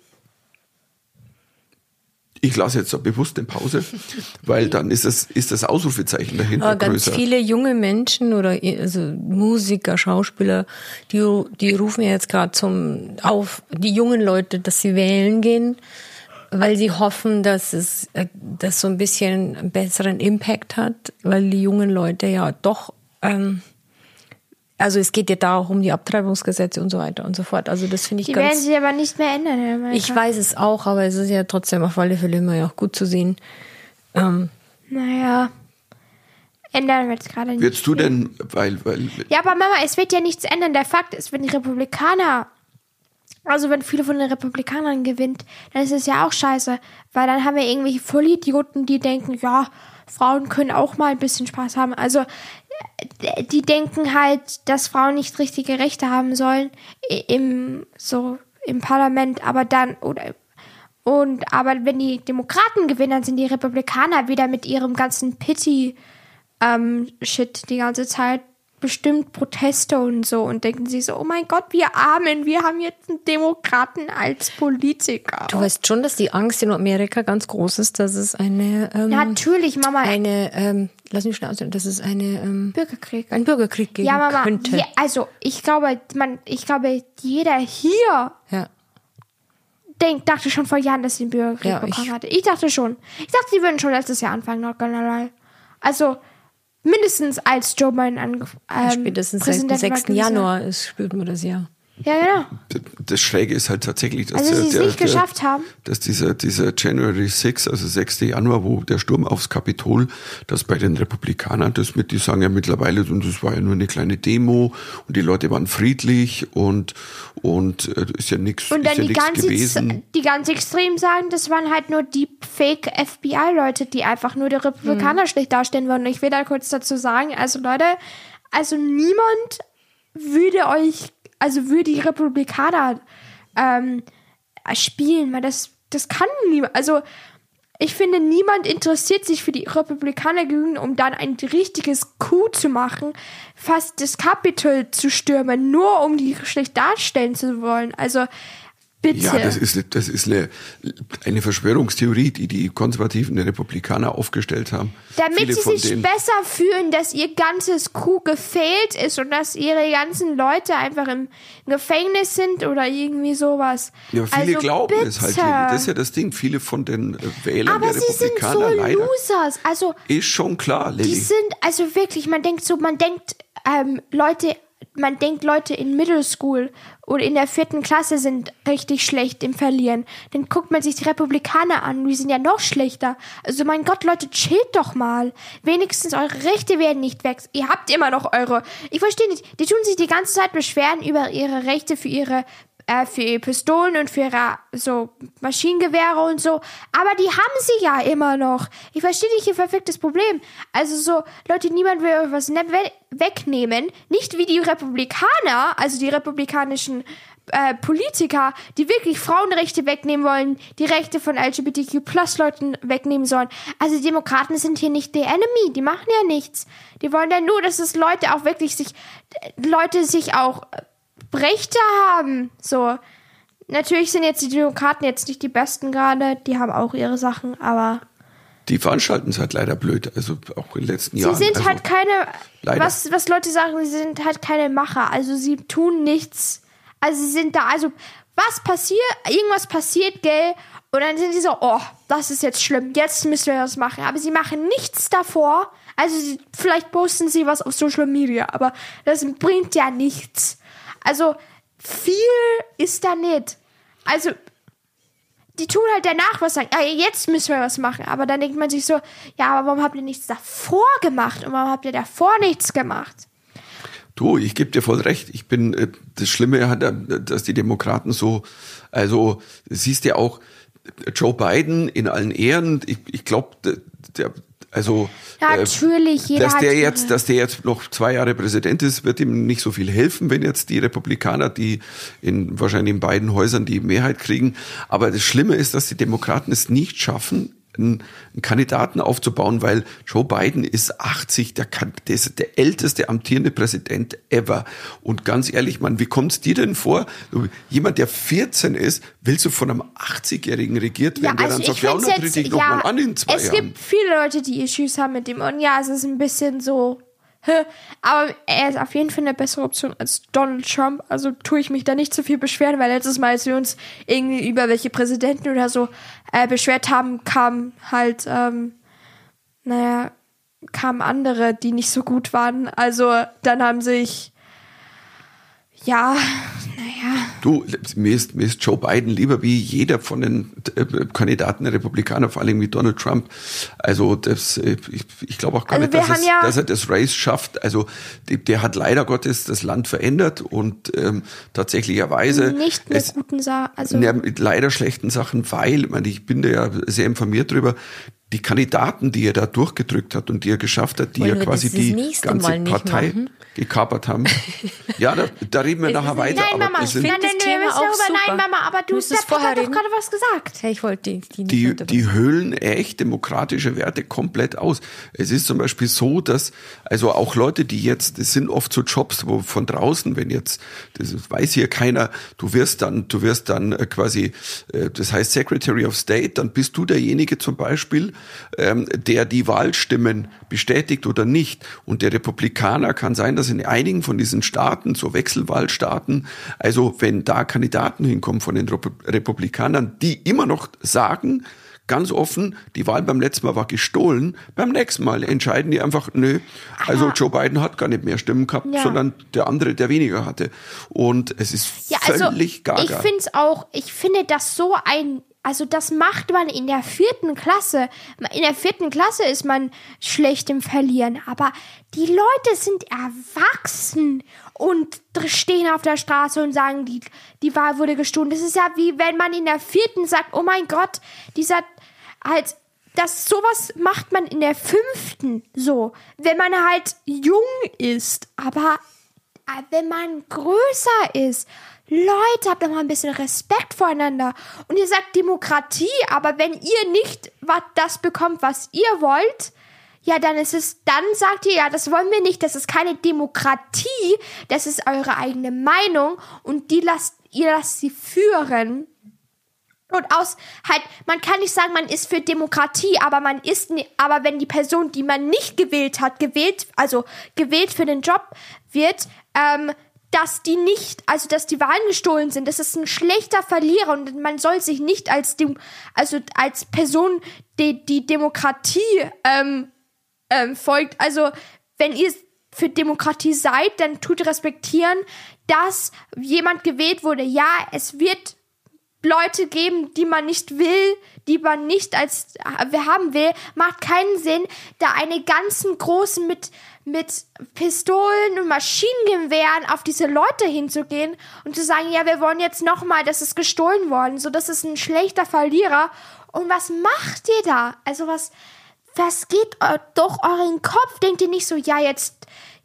Ich lasse jetzt so bewusst eine Pause, weil dann ist das, ist das Ausrufezeichen dahinter Aber ganz größer. viele junge Menschen oder also Musiker, Schauspieler, die, die rufen ja jetzt gerade zum auf die jungen Leute, dass sie wählen gehen, weil sie hoffen, dass es äh, das so ein bisschen einen besseren Impact hat, weil die jungen Leute ja doch ähm, also es geht ja da auch um die Abtreibungsgesetze und so weiter und so fort. Also das finde ich Die werden ganz. sich aber nicht mehr ändern. in Amerika. Ich weiß es auch, aber es ist ja trotzdem auf alle Fälle immer ja auch gut zu sehen. Ähm, Naja, ändern wird es gerade nicht. Würdest du viel. denn, weil, weil Ja, aber Mama, es wird ja nichts ändern. Der Fakt ist, wenn die Republikaner, also wenn viele von den Republikanern gewinnt, dann ist es ja auch scheiße. Weil dann haben wir irgendwelche Vollidioten, die denken, ja, Frauen können auch mal ein bisschen Spaß haben. Also äh, die denken halt, dass Frauen nicht richtige Rechte haben sollen i- im so im Parlament, aber dann oder und aber wenn die Demokraten gewinnen, dann sind die Republikaner wieder mit ihrem ganzen Pity ähm, Shit die ganze Zeit bestimmt Proteste und so und denken sich so, oh mein Gott, wir Armen, wir haben jetzt einen Demokraten als Politiker. Du weißt schon, dass die Angst in Amerika ganz groß ist, dass es eine... Ähm, Natürlich, Mama. Eine, ähm, lass mich schnell aussehen, dass es eine... Ähm, Bürgerkrieg. Ein Bürgerkrieg geben ja, Mama, könnte. Je, also ich glaube, man, ich glaube, jeder hier ja. denkt, dachte schon vor Jahren, dass sie einen Bürgerkrieg ja, bekommen ich, hatte. Ich dachte schon. Ich dachte, sie würden schon letztes Jahr anfangen, not gonna lie. Also... Mindestens als Joe Biden angefangen ähm, spätestens seit dem sechsten Januar ist, spürt man das ja. Ja, genau. Das Schräge ist halt tatsächlich, dass, also, der, sie es der, nicht der, geschafft haben. dass dieser, dieser January sixth, also sechster Januar, wo der Sturm aufs Kapitol, dass bei den Republikanern das mit, die sagen ja mittlerweile, und das war ja nur eine kleine Demo und die Leute waren friedlich und, und äh, ist ja nichts Und dann ja die, ganz gewesen. die ganz extrem sagen, das waren halt nur die Fake-F B I-Leute, die einfach nur die Republikaner hm. schlecht darstellen wollen. Und ich will da kurz dazu sagen, also Leute, also niemand würde euch also würde die Republikaner ähm, spielen, weil das, das kann niemand. Also ich finde, niemand interessiert sich für die Republikaner genug, um dann ein richtiges Coup zu machen, fast das Kapitol zu stürmen, nur um die schlecht darstellen zu wollen. Also bitte. Ja, das ist, das ist eine, eine Verschwörungstheorie, die die konservativen Republikaner aufgestellt haben. Damit Viele sie sich besser fühlen, dass ihr ganzes Coup gefehlt ist und dass ihre ganzen Leute einfach im Gefängnis sind oder irgendwie sowas. Ja, viele also glauben bitte. es halt. Das ist ja das Ding. Viele von den Wählern Aber der sie sind Republikaner so leider. Losers. Also, ist schon klar, Lilly. Die sind, also wirklich, man denkt so, man denkt, ähm, Leute, man denkt, Leute in Middle School oder in der vierten Klasse sind richtig schlecht im Verlieren. Dann guckt man sich die Republikaner an, die sind ja noch schlechter. Also mein Gott, Leute, chillt doch mal. Wenigstens eure Rechte werden nicht weg. Ihr habt immer noch eure... Ich verstehe nicht, die tun sich die ganze Zeit beschweren über ihre Rechte für ihre... Äh, für ihre Pistolen und für ihre so Maschinengewehre und so. Aber die haben sie ja immer noch. Ich verstehe nicht ihr verficktes Problem. Also so, Leute, niemand will euch was ne- wegnehmen. Nicht wie die Republikaner, also die republikanischen äh, Politiker, die wirklich Frauenrechte wegnehmen wollen, die Rechte von L G B T Q Plus Leuten wegnehmen sollen. Also die Demokraten sind hier nicht der Enemy. Die machen ja nichts. Die wollen ja nur, dass es Leute auch wirklich sich, Leute sich auch Rechte haben. So. Natürlich sind jetzt die Demokraten jetzt nicht die besten gerade. Die haben auch ihre Sachen, aber... Die veranstalten es halt leider blöd. Also auch in den letzten sie Jahren. Sie sind also halt keine... leider. Was, was Leute sagen, sie sind halt keine Macher. Also sie tun nichts. Also sie sind da... Also was passiert? Irgendwas passiert, gell? Und dann sind sie so, oh, das ist jetzt schlimm. Jetzt müssen wir was machen. Aber sie machen nichts davor. Also sie, vielleicht posten sie was auf Social Media. Aber das bringt ja nichts. Also, viel ist da nicht. Also, die tun halt danach was sagen. Ja, jetzt müssen wir was machen. Aber dann denkt man sich so, ja, aber warum habt ihr nichts davor gemacht? Und warum habt ihr davor nichts gemacht? Du, ich gebe dir voll recht. Ich bin, das Schlimme hat, dass die Demokraten so, also, siehst du ja auch, Joe Biden in allen Ehren, ich, ich glaube, der, also, ja, natürlich, jeder dass der hat jetzt, dass der jetzt noch zwei Jahre Präsident ist, wird ihm nicht so viel helfen, wenn jetzt die Republikaner, die in wahrscheinlich in beiden Häusern die Mehrheit kriegen. Aber das Schlimme ist, dass die Demokraten es nicht schaffen, einen, einen Kandidaten aufzubauen, weil Joe Biden ist achtzig, der, kann, der ist der älteste amtierende Präsident ever. Und ganz ehrlich, Mann, wie kommt's dir denn vor? Jemand, der vierzehn ist, willst du von einem achtzigjährigen regiert werden, ja, der also dann sagt, ja, und dann tritt ich nochmal an in zwei es Jahren. Es gibt viele Leute, die Issues haben mit dem. Und ja, es ist ein bisschen so... Aber er ist auf jeden Fall eine bessere Option als Donald Trump. Also tue ich mich da nicht zu viel beschweren, weil letztes Mal, als wir uns irgendwie über welche Präsidenten oder so äh, beschwert haben, kamen halt, ähm, naja, kamen andere, die nicht so gut waren. Also dann haben sich, ja, naja. Du, mir ist, mir ist Joe Biden lieber wie jeder von den äh, Kandidaten der Republikaner, vor allem wie Donald Trump. Also das, äh, ich, ich glaube auch gar also nicht, dass, es, ja dass er das Race schafft. Also die, der hat leider Gottes das Land verändert und ähm, tatsächlicherweise nicht mit es, guten Sachen, also ja, mit leider schlechten Sachen, weil, ich meine, ich bin da ja sehr informiert drüber. die Kandidaten, die er da durchgedrückt hat und die er geschafft hat, die Wollen ja wir quasi das das die nächste ganze Mal nicht Partei machen? gekapert haben. Ja, da, da reden wir Es nachher ist- weiter. Nein, aber Mama, es sind nein, nein, das nein, Thema wir müssen auch darüber, super. nein, Mama, aber du, Müsstest der Papa vorher hat doch reden. gerade was gesagt. Hey, ich wollte die, die nicht die, unterbrechen. die höhlen echt demokratische Werte komplett aus. Es ist zum Beispiel so, dass also auch Leute, die jetzt, das sind oft so Jobs, wo von draußen, wenn jetzt, das weiß hier keiner, du wirst dann, du wirst dann äh, quasi, äh, das heißt Secretary of State, dann bist du derjenige zum Beispiel, ähm, der die Wahlstimmen bestätigt oder nicht. Und der Republikaner kann sein, dass in einigen von diesen Staaten, so Wechselwahlstaaten, also wenn da Kandidaten hinkommen von den Rep- Republikanern, die immer noch sagen, ganz offen, die Wahl beim letzten Mal war gestohlen, beim nächsten Mal entscheiden die einfach, nö, also Aber- Joe Biden hat gar nicht mehr Stimmen gehabt, Ja. sondern der andere, der weniger hatte. Und es ist Ja, also völlig gaga. ich finde es auch, ich finde das so ein, also das macht man in der vierten Klasse. In der vierten Klasse ist man schlecht im Verlieren, aber die Leute sind erwachsen und dr- stehen auf der Straße und sagen, die, die Wahl wurde gestohlen. Das ist ja wie wenn man in der vierten sagt, oh mein Gott, dieser halt, das sowas macht man in der fünften so, wenn man halt jung ist, aber äh, wenn man größer ist, Leute, habt doch mal ein bisschen Respekt voreinander. Und ihr sagt Demokratie, aber wenn ihr nicht was das bekommt, was ihr wollt, ja, dann ist es, dann sagt ihr, ja, das wollen wir nicht, das ist keine Demokratie, das ist eure eigene Meinung und die lasst, ihr lasst sie führen. Und aus, halt, man kann nicht sagen, man ist für Demokratie, aber man ist, ni- aber wenn die Person, die man nicht gewählt hat, gewählt, also gewählt für den Job wird, ähm, dass die nicht, also dass die Wahlen gestohlen sind, das ist ein schlechter Verlierer und man soll sich nicht als Dem, also als Person, die die Demokratie ähm, ähm, folgt. Also wenn ihr für Demokratie seid, dann tut respektieren, dass jemand gewählt wurde. Ja, es wird Leute geben, die man nicht will, die man nicht als wir haben will, macht keinen Sinn, da eine ganzen großen mit mit Pistolen und Maschinengewehren auf diese Leute hinzugehen und zu sagen, ja, wir wollen jetzt nochmal, das ist gestohlen worden, so das ist ein schlechter Verlierer. Und was macht ihr da? Also was, was geht eu- durch euren Kopf? Denkt ihr nicht so, ja, jetzt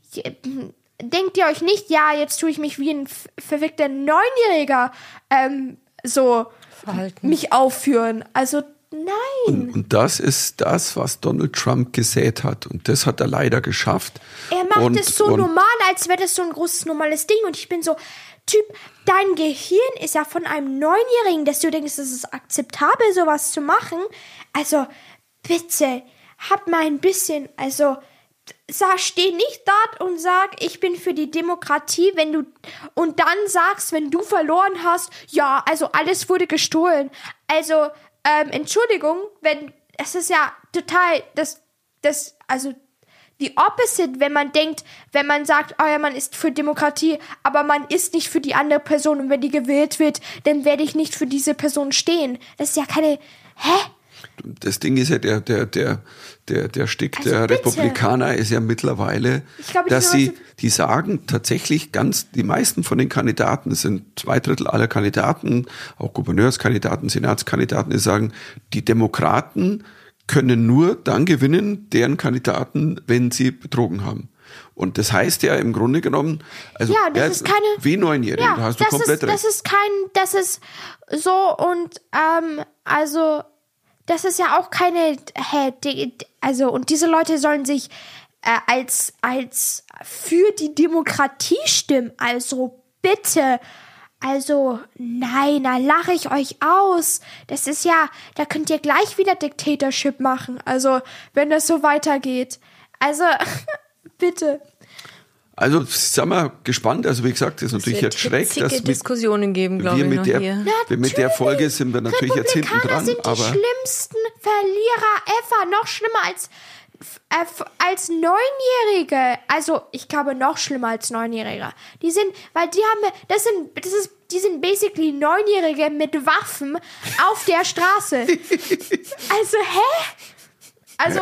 denkt ihr euch nicht, ja, jetzt tue ich mich wie ein f- verrückter Neunjähriger ähm, so Verhalten. mich aufführen. Also nein. Und, und das ist das, was Donald Trump gesät hat. Und das hat er leider geschafft. Er macht und, es so und, normal, als wäre das so ein großes, normales Ding. Und ich bin so, Typ, dein Gehirn ist ja von einem Neunjährigen, dass du denkst, es ist akzeptabel, sowas zu machen. Also, bitte, hab mal ein bisschen, also, sag, steh nicht dort und sag, ich bin für die Demokratie, wenn du, und dann sagst, wenn du verloren hast, ja, also alles wurde gestohlen. Also, ähm, Entschuldigung, wenn, es ist ja total, das, das, also, die Opposite, wenn man denkt, wenn man sagt, oh ja, man ist für Demokratie, aber man ist nicht für die andere Person und wenn die gewählt wird, dann werde ich nicht für diese Person stehen. Das ist ja keine, hä? Das Ding ist ja, der, der, der, der, der Stick Also der bitte. Republikaner ist ja mittlerweile, Ich glaube, die dass sie, Leute- die sagen tatsächlich ganz, die meisten von den Kandidaten, es sind zwei Drittel aller Kandidaten, auch Gouverneurskandidaten, Senatskandidaten, die sagen, die Demokraten können nur dann gewinnen, deren Kandidaten, wenn sie betrogen haben. Und das heißt ja im Grunde genommen, also Ja, das ja, ist keine- wie Neunjährige, Ja, da hast du das komplett ist, recht. das ist kein, das ist so und, ähm, also, das ist ja auch keine, hä, die, also, und diese Leute sollen sich äh, als, als für die Demokratie stimmen, also bitte. Also, nein, da lache ich euch aus. Das ist ja, da könnt ihr gleich wieder Dictatorship machen. Also, wenn das so weitergeht. Also, bitte. Also sind wir gespannt. Also wie gesagt, das ist natürlich jetzt schräg, hitzige dass mit, Diskussionen geben, glaube wir ich, mit noch der, hier. wir mit der Folge sind wir natürlich jetzt hinten Republikaner dran. sind die Aber schlimmsten Verlierer ever. Noch schlimmer als, äh, als Neunjährige. Also, ich glaube, noch schlimmer als Neunjährige. Die sind, weil die haben, das sind, das ist, die sind basically Neunjährige mit Waffen auf der Straße. Also, hä? Also,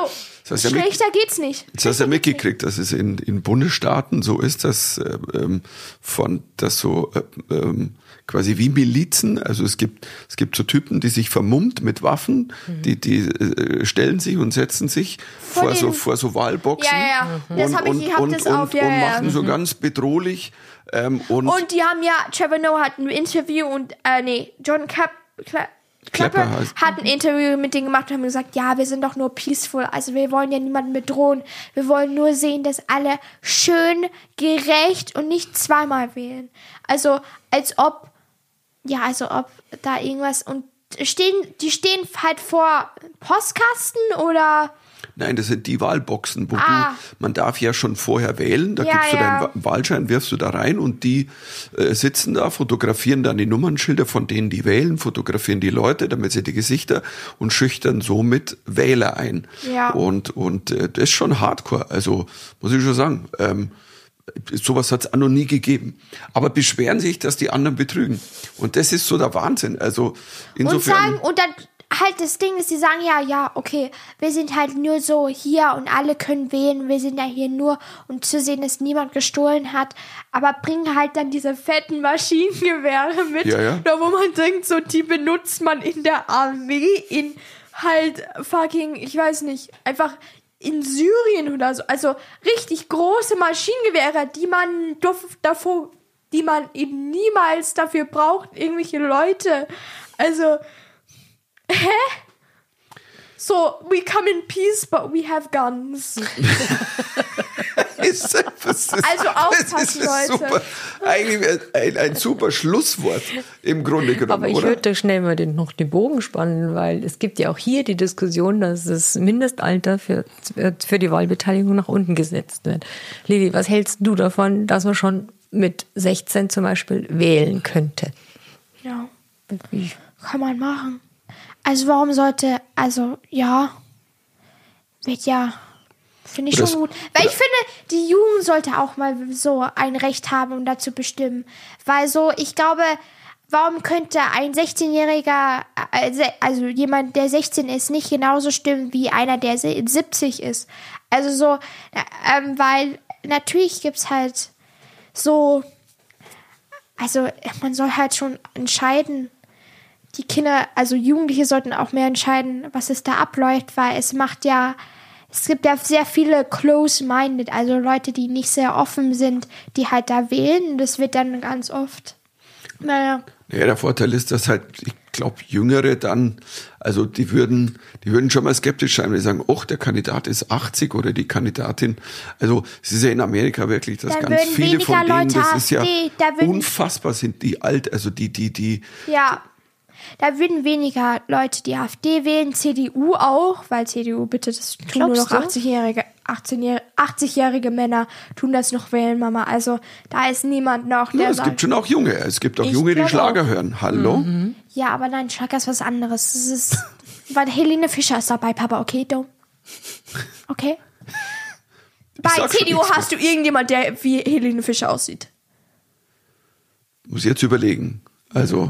Das heißt, Schlechter ja, geht's nicht. Das hast du ja mitgekriegt, dass es in, in Bundesstaaten so ist, dass ähm, von das so äh, ähm, quasi wie Milizen, also es gibt es gibt so Typen, die sich vermummt mit Waffen, mhm. die die äh, stellen sich und setzen sich vor, vor so vor so Wahlboxen. Ja, ja, mhm. das habe ich, ich hab und, das und, auf, ja, und ja. machen so mhm. ganz bedrohlich. Ähm, und, und die haben ja, Trevor Noah hat ein Interview und, äh, nee, John Clapp, Clapp, Clapper hat ein Interview mit denen gemacht und haben gesagt, ja, wir sind doch nur peaceful, also wir wollen ja niemanden bedrohen, wir wollen nur sehen, dass alle schön, gerecht und nicht zweimal wählen. Also, als ob, ja, also ob da irgendwas, und stehen, die stehen halt vor Postkasten oder... Nein, das sind die Wahlboxen, wo ah. du, man darf ja schon vorher wählen, da ja, gibst du ja. deinen Wahlschein, wirfst du da rein und die äh, sitzen da, fotografieren dann die Nummernschilder von denen, die wählen, fotografieren die Leute, damit sie die Gesichter und schüchtern somit Wähler ein. Ja. Und, und äh, das ist schon Hardcore, also muss ich schon sagen, ähm, sowas hat es auch noch nie gegeben. Aber beschweren sich, dass die anderen betrügen. Und das ist so der Wahnsinn. Also insofern. Und sagen, und dann halt das Ding ist, die sagen ja, ja, okay, wir sind halt nur so hier und alle können wählen, wir sind ja hier nur, um zu sehen, dass niemand gestohlen hat, aber bringen halt dann diese fetten Maschinengewehre mit, ja, ja. da wo man denkt, so die benutzt man in der Armee, in halt fucking, ich weiß nicht, einfach in Syrien oder so, also richtig große Maschinengewehre, die man davor, die man eben niemals dafür braucht, irgendwelche Leute, also hä? So, we come in peace, but we have guns. ist, ist, also aufpassen, Leute. Super, eigentlich ein, ein super Schlusswort im Grunde genommen, aber ich oder? würde da schnell mal den, noch den Bogen spannen, weil es gibt ja auch hier die Diskussion, dass das Mindestalter für, für die Wahlbeteiligung nach unten gesetzt wird. Lili, was hältst du davon, dass man schon mit sechzehn zum Beispiel wählen könnte? Ja, wie? Kann man machen. Also warum sollte, also ja, wird ja, finde ich oder schon gut. Weil ich finde, die Jugend sollte auch mal so ein Recht haben, um dazu bestimmen. Weil so, ich glaube, warum könnte ein sechzehnjähriger, also jemand, der sechzehn ist, nicht genauso stimmen wie einer, der siebzig ist? Also so, ähm, weil natürlich gibt's halt so, also man soll halt schon entscheiden. Die Kinder, also Jugendliche sollten auch mehr entscheiden, was es da abläuft, weil es macht ja, es gibt ja sehr viele close-minded, also Leute, die nicht sehr offen sind, die halt da wählen. Das wird dann ganz oft, naja. Naja, der Vorteil ist, dass halt, ich glaube, Jüngere dann, also die würden, die würden schon mal skeptisch sein, wenn die sagen, ach, der Kandidat ist achtzig oder die Kandidatin. Also es ist ja in Amerika wirklich, dass da ganz viele von denen, Leute das ist ja AfD, da würden, unfassbar, sind die alt, also die, die, die. Ja. Da würden weniger Leute die AfD wählen, C D U auch, weil C D U, bitte, das tun Glaubst nur noch achtzigjährige, achtzehnjährige, achtzigjährige Männer tun das noch wählen, Mama. Also da ist niemand noch, der ja, es sagt, gibt schon auch Junge, es gibt auch Junge, die Schlager auch. hören. Hallo? Mhm. Ja, aber nein, Schlager ist was anderes. Das ist, weil Helene Fischer ist dabei, Papa, okay, dumm. Okay? Bei C D U hast du irgendjemand, der wie Helene Fischer aussieht. Muss jetzt überlegen. Also,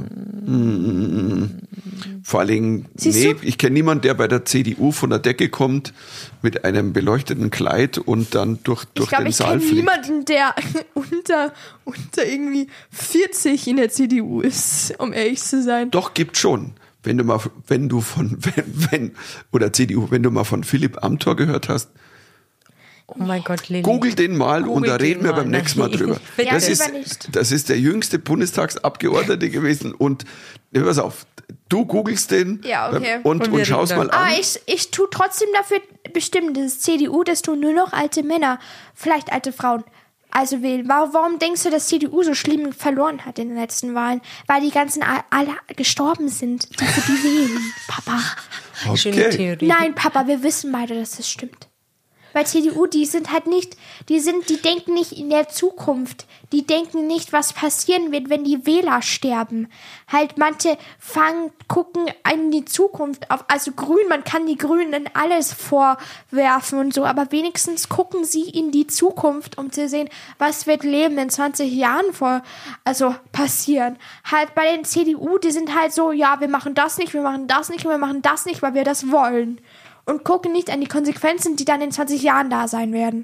mm, vor allen Dingen, nee, ich kenne niemanden, der bei der C D U von der Decke kommt mit einem beleuchteten Kleid und dann durch, durch glaub, den Saal fliegt. Ich glaube, ich kenne niemanden, der unter, unter irgendwie vierzig in der C D U ist, um ehrlich zu sein. Doch, gibt schon. Wenn du mal, wenn du von, wenn, wenn, oder C D U, wenn du mal von Philipp Amthor gehört hast, oh mein Gott, Lili. Google den mal Google und da reden wir beim nächsten Mal drüber. Ja, das, ist, das ist der jüngste Bundestagsabgeordnete gewesen und pass auf, du googelst den ja, okay. und, und, und schaust mal an. Aber ich, ich tue trotzdem dafür bestimmen, das C D U, dass du nur noch alte Männer, vielleicht alte Frauen, also wählen. Warum denkst du, dass C D U so schlimm verloren hat in den letzten Wahlen? Weil die ganzen alle gestorben sind, die für die wählen, Papa. Okay. Schöne Theorie. Nein, Papa, wir wissen beide, dass das stimmt. Bei C D U, die sind halt nicht, die sind, die denken nicht in der Zukunft. Die denken nicht, was passieren wird, wenn die Wähler sterben. Halt, manche fangen, gucken in die Zukunft auf, also Grün, man kann die Grünen dann alles vorwerfen und so, aber wenigstens gucken sie in die Zukunft, um zu sehen, was wird Leben in zwanzig Jahren vor, also passieren. Halt bei den C D U, die sind halt so, ja, wir machen das nicht, wir machen das nicht und wir machen das nicht, weil wir das wollen. und gucken nicht an die Konsequenzen, die dann in zwanzig Jahren da sein werden.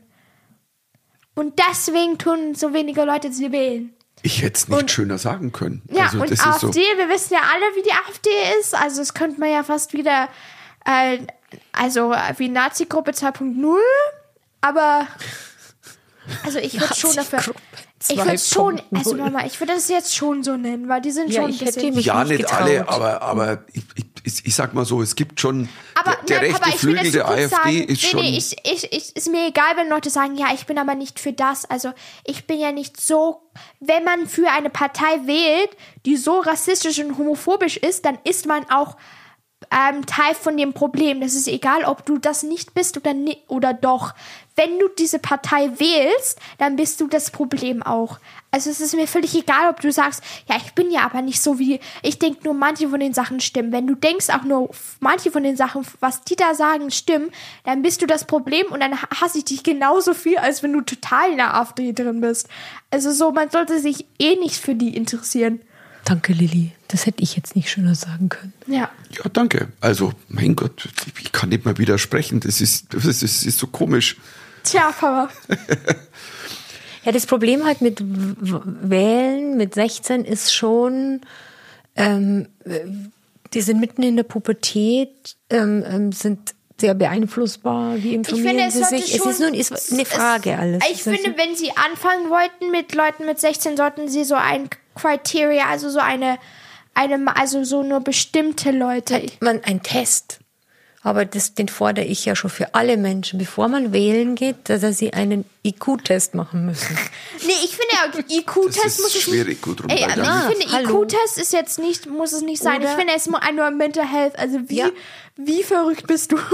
Und deswegen tun so wenige Leute sie wählen. Ich hätte es nicht und, schöner sagen können. Ja, also, und das AfD, ist so. Wir wissen ja alle, wie die AfD ist. Also das könnte man ja fast wieder, äh, also wie Nazi-Gruppe zwei Punkt null. Aber, also ich würde schon dafür... Ich würde schon, also Mama, ich würde das jetzt schon so nennen, weil die sind ja, schon ich ein bisschen... hätte mich Ja, nicht nicht getraut. alle, aber, aber ich, ich, ich sag mal so, es gibt schon, aber, der, der nein, rechte Flügel der AfD sagen, ist nee, schon... Nee, ich, ich, ich, ist mir egal, wenn Leute sagen, ja, ich bin aber nicht für das. Also ich bin ja nicht so... Wenn man für eine Partei wählt, die so rassistisch und homophobisch ist, dann ist man auch ähm, Teil von dem Problem. Das ist egal, ob du das nicht bist oder, ni- oder doch. Wenn du diese Partei wählst, dann bist du das Problem auch. Also es ist mir völlig egal, ob du sagst, ja, ich bin ja aber nicht so wie, ich denke nur, manche von den Sachen stimmen. Wenn du denkst auch nur, manche von den Sachen, was die da sagen, stimmen, dann bist du das Problem und dann hasse ich dich genauso viel, als wenn du total in der AfD drin bist. Also so, man sollte sich eh nicht für die interessieren. Danke, Lilly. Das hätte ich jetzt nicht schöner sagen können. Ja. Ja, danke. Also, mein Gott, ich kann nicht mal widersprechen. Das ist, das ist, das ist so komisch. Tja, Papa. Ja, das Problem halt mit W- Wählen mit sechzehn ist schon, ähm, die sind mitten in der Pubertät, ähm, ähm, sind sehr beeinflussbar, wie informieren finde, es sie sollte sich. schon- Es ist nur ist eine Frage es, alles. Ich finde, wenn sie anfangen wollten mit Leuten mit sechzehn, sollten sie so ein Criteria, also so eine, eine also so nur bestimmte Leute. Hat man einen Test. Aber das, den fordere ich ja schon für alle Menschen, bevor man wählen geht, dass sie einen I Q-Test machen müssen. Nee, ich finde ja, Das I Q-Test ist muss es schwierig, nicht. Gudrun. Ey, weil ich dann- finde, hallo. I Q-Test ist jetzt nicht, muss es nicht sein. Oder- Ich finde, es muss nur Mental Health. Also wie, Ja. wie verrückt bist du?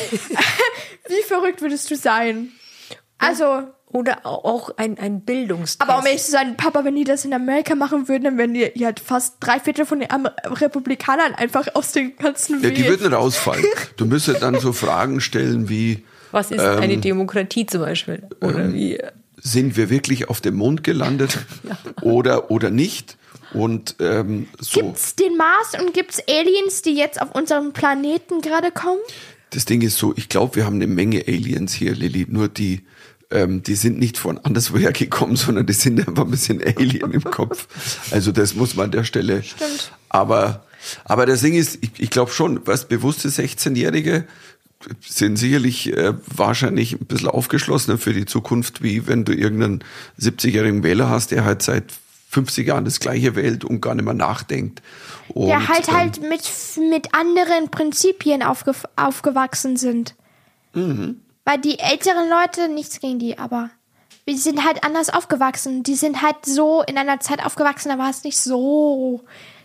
Wie verrückt würdest du sein? Also, Oder auch ein, ein Bildungstest. aber um ehrlich zu sein, Papa, wenn die das in Amerika machen würden, dann wären die ja fast drei Viertel von den Am- Republikanern einfach aus den ganzen Ja, die Wählen. würden rausfallen. Du müsstest dann so Fragen stellen wie, Was ist ähm, eine Demokratie zum Beispiel? Oder wie? sind wir wirklich auf dem Mond gelandet oder, oder nicht? Und ähm, so. Gibt's den Mars und gibt's Aliens, die jetzt auf unserem Planeten gerade kommen? Das Ding ist so, ich glaube, wir haben eine Menge Aliens hier, Lilly. Nur die, ähm, die sind nicht von anderswoher gekommen, sondern die sind einfach ein bisschen Alien im Kopf. Also das muss man an der Stelle. Stimmt. Aber, aber das Ding ist, ich, ich glaube schon, was bewusste sechzehnjährige sind sicherlich äh, wahrscheinlich ein bisschen aufgeschlossener für die Zukunft, wie wenn du irgendeinen siebzigjährigen Wähler hast, der halt seit fünfzig Jahren das Gleiche wählt und gar nicht mehr nachdenkt. Und, Der halt ähm, halt mit, mit anderen Prinzipien aufge, aufgewachsen sind. Mhm. Weil die älteren Leute, nichts gegen die, aber die sind halt anders aufgewachsen. Die sind halt so in einer Zeit aufgewachsen, da war es nicht so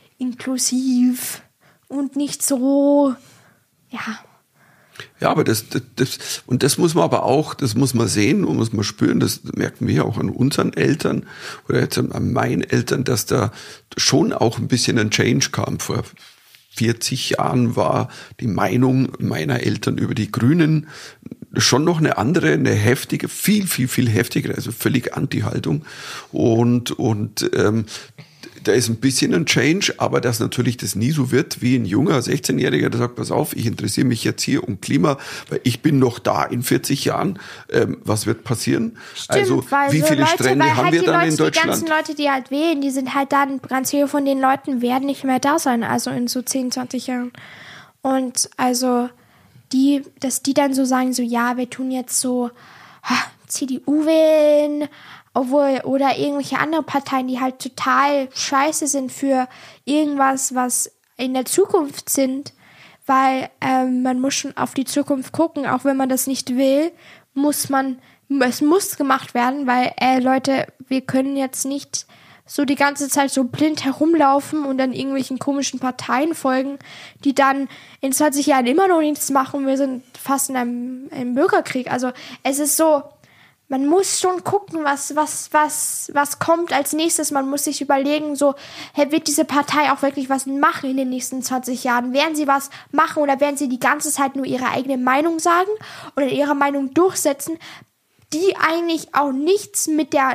inklusiv und nicht so, ja. Ja, aber das, das, das, und das muss man aber auch, das muss man sehen und muss man spüren, das merken wir auch an unseren Eltern oder jetzt an meinen Eltern, dass da schon auch ein bisschen ein Change kam. Vor vierzig Jahren war die Meinung meiner Eltern über die Grünen schon noch eine andere, eine heftige, viel, viel, viel heftigere, also völlig Anti-Haltung. Und, und ähm, da ist ein bisschen ein Change, aber dass natürlich das nie so wird wie ein junger sechzehnjähriger, der sagt, pass auf, ich interessiere mich jetzt hier um Klima, weil ich bin noch da in vierzig Jahren. Ähm, was wird passieren? Stimmt, also weil wie so viele Leute, Strände weil haben halt wir die dann Leute, in Die ganzen Deutschland? Leute, die halt wählen, die sind halt dann, ganz viele von den Leuten werden nicht mehr da sein, also in so zehn, zwanzig Jahren. Und also die, dass die dann so sagen, so ja, wir tun jetzt so ha, C D U wählen, obwohl, oder irgendwelche andere Parteien, die halt total scheiße sind für irgendwas, was in der Zukunft sind, weil ähm, man muss schon auf die Zukunft gucken, auch wenn man das nicht will, muss man, es muss gemacht werden, weil äh, Leute, wir können jetzt nicht so die ganze Zeit so blind herumlaufen und dann irgendwelchen komischen Parteien folgen, die dann in zwanzig Jahren immer noch nichts machen. Wir sind fast in einem, einem Bürgerkrieg. Also es ist so, man muss schon gucken, was, was, was, was kommt als nächstes. Man muss sich überlegen, so, hey, wird diese Partei auch wirklich was machen in den nächsten zwanzig Jahren? Werden sie was machen oder werden sie die ganze Zeit nur ihre eigene Meinung sagen oder ihre Meinung durchsetzen, die eigentlich auch nichts mit der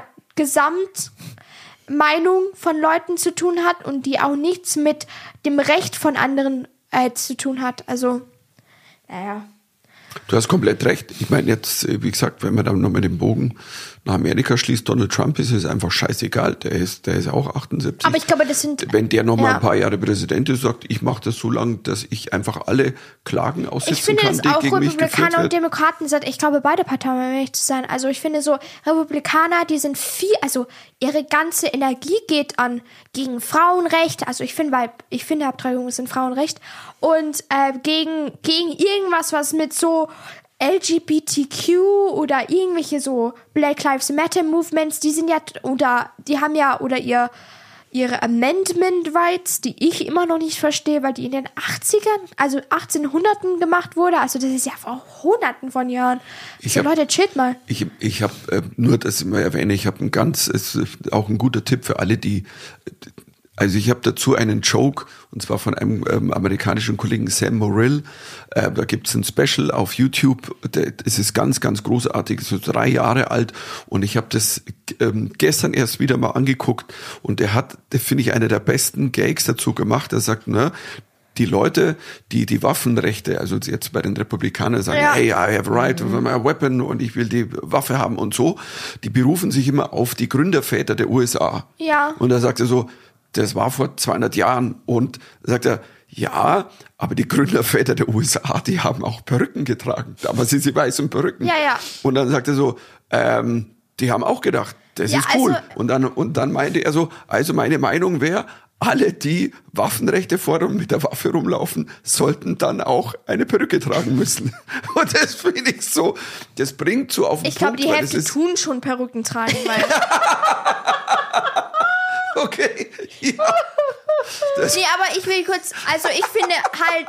Gesamtmeinung von Leuten zu tun hat und die auch nichts mit dem Recht von anderen äh, zu tun hat? Also, naja. Du hast komplett recht. Ich meine jetzt, wie gesagt, wenn man dann nochmal den Bogen nach Amerika schließt, Donald Trump ist es einfach scheißegal. Der ist, der ist auch achtundsiebzig. Aber ich glaube, das sind... Wenn der nochmal ja. ein paar Jahre Präsident ist, sagt, ich mache das so lange, dass ich einfach alle Klagen aussitzen kann, die gegen mich geführt werden. Ich finde, dass auch Republikaner und Demokraten sind, ich glaube, beide Parteien, um ehrlich zu sein. Also ich finde so, Republikaner, die sind viel, also ihre ganze Energie geht an gegen Frauenrecht. Also ich finde, weil ich finde, Abtreibung ist ein Frauenrecht. Und äh, gegen, gegen irgendwas, was mit so L G B T Q oder irgendwelche so Black Lives Matter Movements, die sind ja, oder die haben ja, oder ihr ihre Amendment Rights, die ich immer noch nicht verstehe, weil die in den achtzigern, also achtzehnhunderten gemacht wurde, also das ist ja vor hunderten von Jahren. Ich so, hab, Leute, chillt mal. Ich, ich habe, äh, nur das immer erwähne, ich habe ein ganz, ist auch ein guter Tipp für alle, die, also ich habe dazu einen Joke, und zwar von einem ähm, amerikanischen Kollegen Sam Morrill. Äh, da gibt's ein Special auf YouTube. Es ist ganz, ganz großartig. Es ist drei Jahre alt und ich habe das ähm, gestern erst wieder mal angeguckt und der hat, der finde ich, einer der besten Gags dazu gemacht. Er sagt, ne, die Leute, die die Waffenrechte, also jetzt bei den Republikanern sagen, ja. hey, I have a right to my weapon und ich will die Waffe haben und so, die berufen sich immer auf die Gründerväter der U S A. Ja. Und da sagt er so, das war vor zweihundert Jahren. Und da sagt er, ja, aber die Gründerväter der U S A, die haben auch Perücken getragen. Damals sind sie weißen Perücken. Ja, ja. Und dann sagt er so, ähm, die haben auch gedacht, das ja, ist cool. Also, und dann, und dann meinte er so, also meine Meinung wäre, alle, die Waffenrechte fordern und mit der Waffe rumlaufen, sollten dann auch eine Perücke tragen müssen. Und das finde ich so, das bringt so auf den ich glaub, Punkt. Ich glaube, die Hälfte tun schon Perücken tragen, weil... Okay, ja. Das nee, aber ich will kurz, also ich finde halt,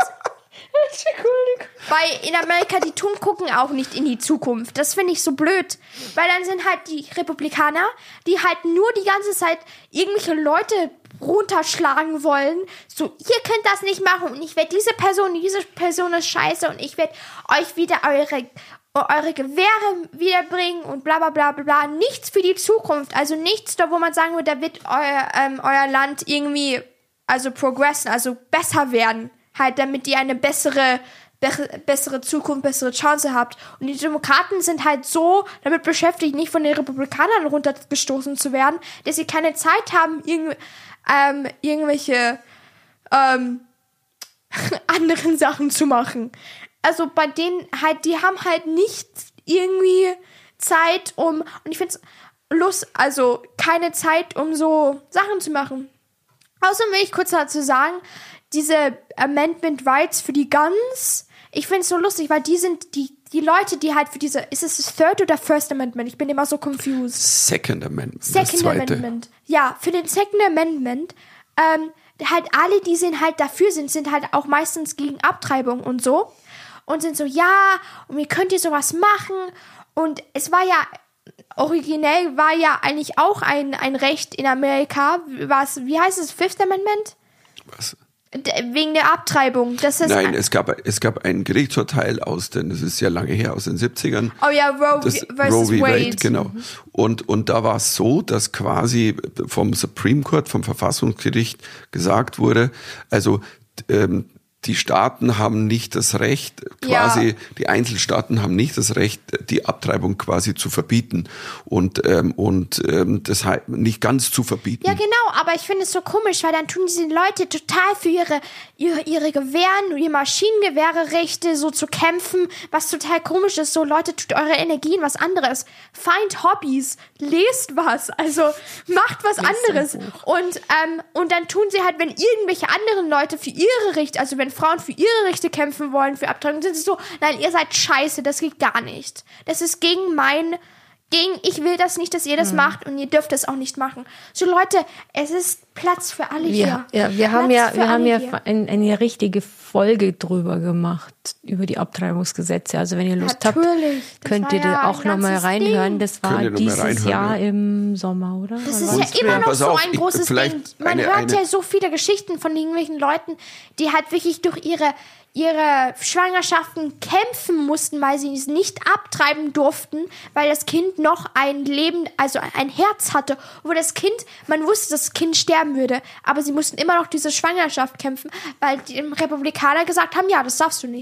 weil in Amerika die tun gucken auch nicht in die Zukunft. Das finde ich so blöd, weil dann sind halt die Republikaner, die halt nur die ganze Zeit irgendwelche Leute runterschlagen wollen. So, ihr könnt das nicht machen und ich werde diese Person, diese Person ist scheiße und ich werde euch wieder eure eure Gewehre wiederbringen und bla bla bla bla. Nichts für die Zukunft. Also nichts da, wo man sagen würde, da wird euer, ähm, euer Land irgendwie, also progressen, also besser werden. Halt, damit ihr eine bessere, be- bessere Zukunft, bessere Chance habt. Und die Demokraten sind halt so damit beschäftigt, nicht von den Republikanern runtergestoßen zu werden, dass sie keine Zeit haben, irg- ähm, irgendwelche ähm, anderen Sachen zu machen. Also bei denen halt, die haben halt nicht irgendwie Zeit, um, und ich finde es Lust, also keine Zeit, um so Sachen zu machen. Außerdem will ich kurz dazu sagen, diese Amendment Rights für die Guns, ich finde es so lustig, weil die sind, die, die Leute, die halt für diese, ist es das Third oder First Amendment? Ich bin immer so confused. Second Amendment. Second Amendment. Ja, für den Second Amendment, ähm, halt alle, die sind halt dafür sind, sind halt auch meistens gegen Abtreibung und so. Und sind so, ja, und wie könnt ihr sowas machen? Und es war ja, originell war ja eigentlich auch ein, ein Recht in Amerika, was, wie heißt es, Fifth Amendment? Was? Wegen der Abtreibung. Das ist Nein, es gab, es gab ein Gerichtsurteil aus den, das ist ja lange her, aus den siebzigern. Oh ja, Roe versus Wade. Wade. Genau. Mhm. Und, und da war es so, dass quasi vom Supreme Court, vom Verfassungsgericht gesagt wurde, also, ähm, die Staaten haben nicht das Recht, quasi, ja. die Einzelstaaten haben nicht das Recht, die Abtreibung quasi zu verbieten und, ähm, und ähm, das heißt, nicht ganz zu verbieten. Ja, genau, aber ich finde es so komisch, weil dann tun diese Leute total für ihre, ihre, ihre Gewehren und ihre Maschinengewehre-Rechte so zu kämpfen, was total komisch ist. So, Leute, tut eure Energie in was anderes. Find Hobbys, lest was, also macht was anderes. Und, ähm, und dann tun sie halt, wenn irgendwelche anderen Leute für ihre Rechte, also wenn Frauen für ihre Rechte kämpfen wollen, für Abtreibung, sind sie so, nein, ihr seid scheiße, das geht gar nicht. Das ist gegen mein, gegen, ich will das nicht, dass ihr das hm. macht und ihr dürft das auch nicht machen. So Leute, es ist Platz für alle wir, hier. Ja, wir haben ja, wir haben ja ein, eine richtige Folge drüber gemacht, über die Abtreibungsgesetze. Also wenn ihr Lust Natürlich, habt, könnt ihr ja auch nochmal reinhören. Das war dieses Jahr ja. im Sommer, oder? Das ist ja immer noch so ein großes Ding. Man eine, hört eine ja so viele Geschichten von irgendwelchen Leuten, die halt wirklich durch ihre ihre Schwangerschaften kämpfen mussten, weil sie es nicht abtreiben durften, weil das Kind noch ein Leben, also ein Herz hatte, wo das Kind, man wusste, dass das Kind sterben würde, aber sie mussten immer noch diese Schwangerschaft kämpfen, weil die Republikaner gesagt haben, ja, das darfst du nicht.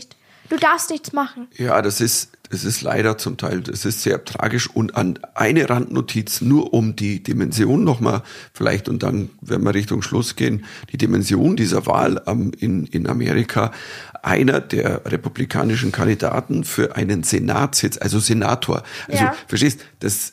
Du darfst nichts machen. Ja, das ist, das ist leider zum Teil, das ist sehr tragisch. Und an eine Randnotiz, nur um die Dimension nochmal vielleicht, und dann werden wir Richtung Schluss gehen, die Dimension dieser Wahl ähm, in, in Amerika. Einer der republikanischen Kandidaten für einen Senatssitz, also Senator. Also, Ja. verstehst, das,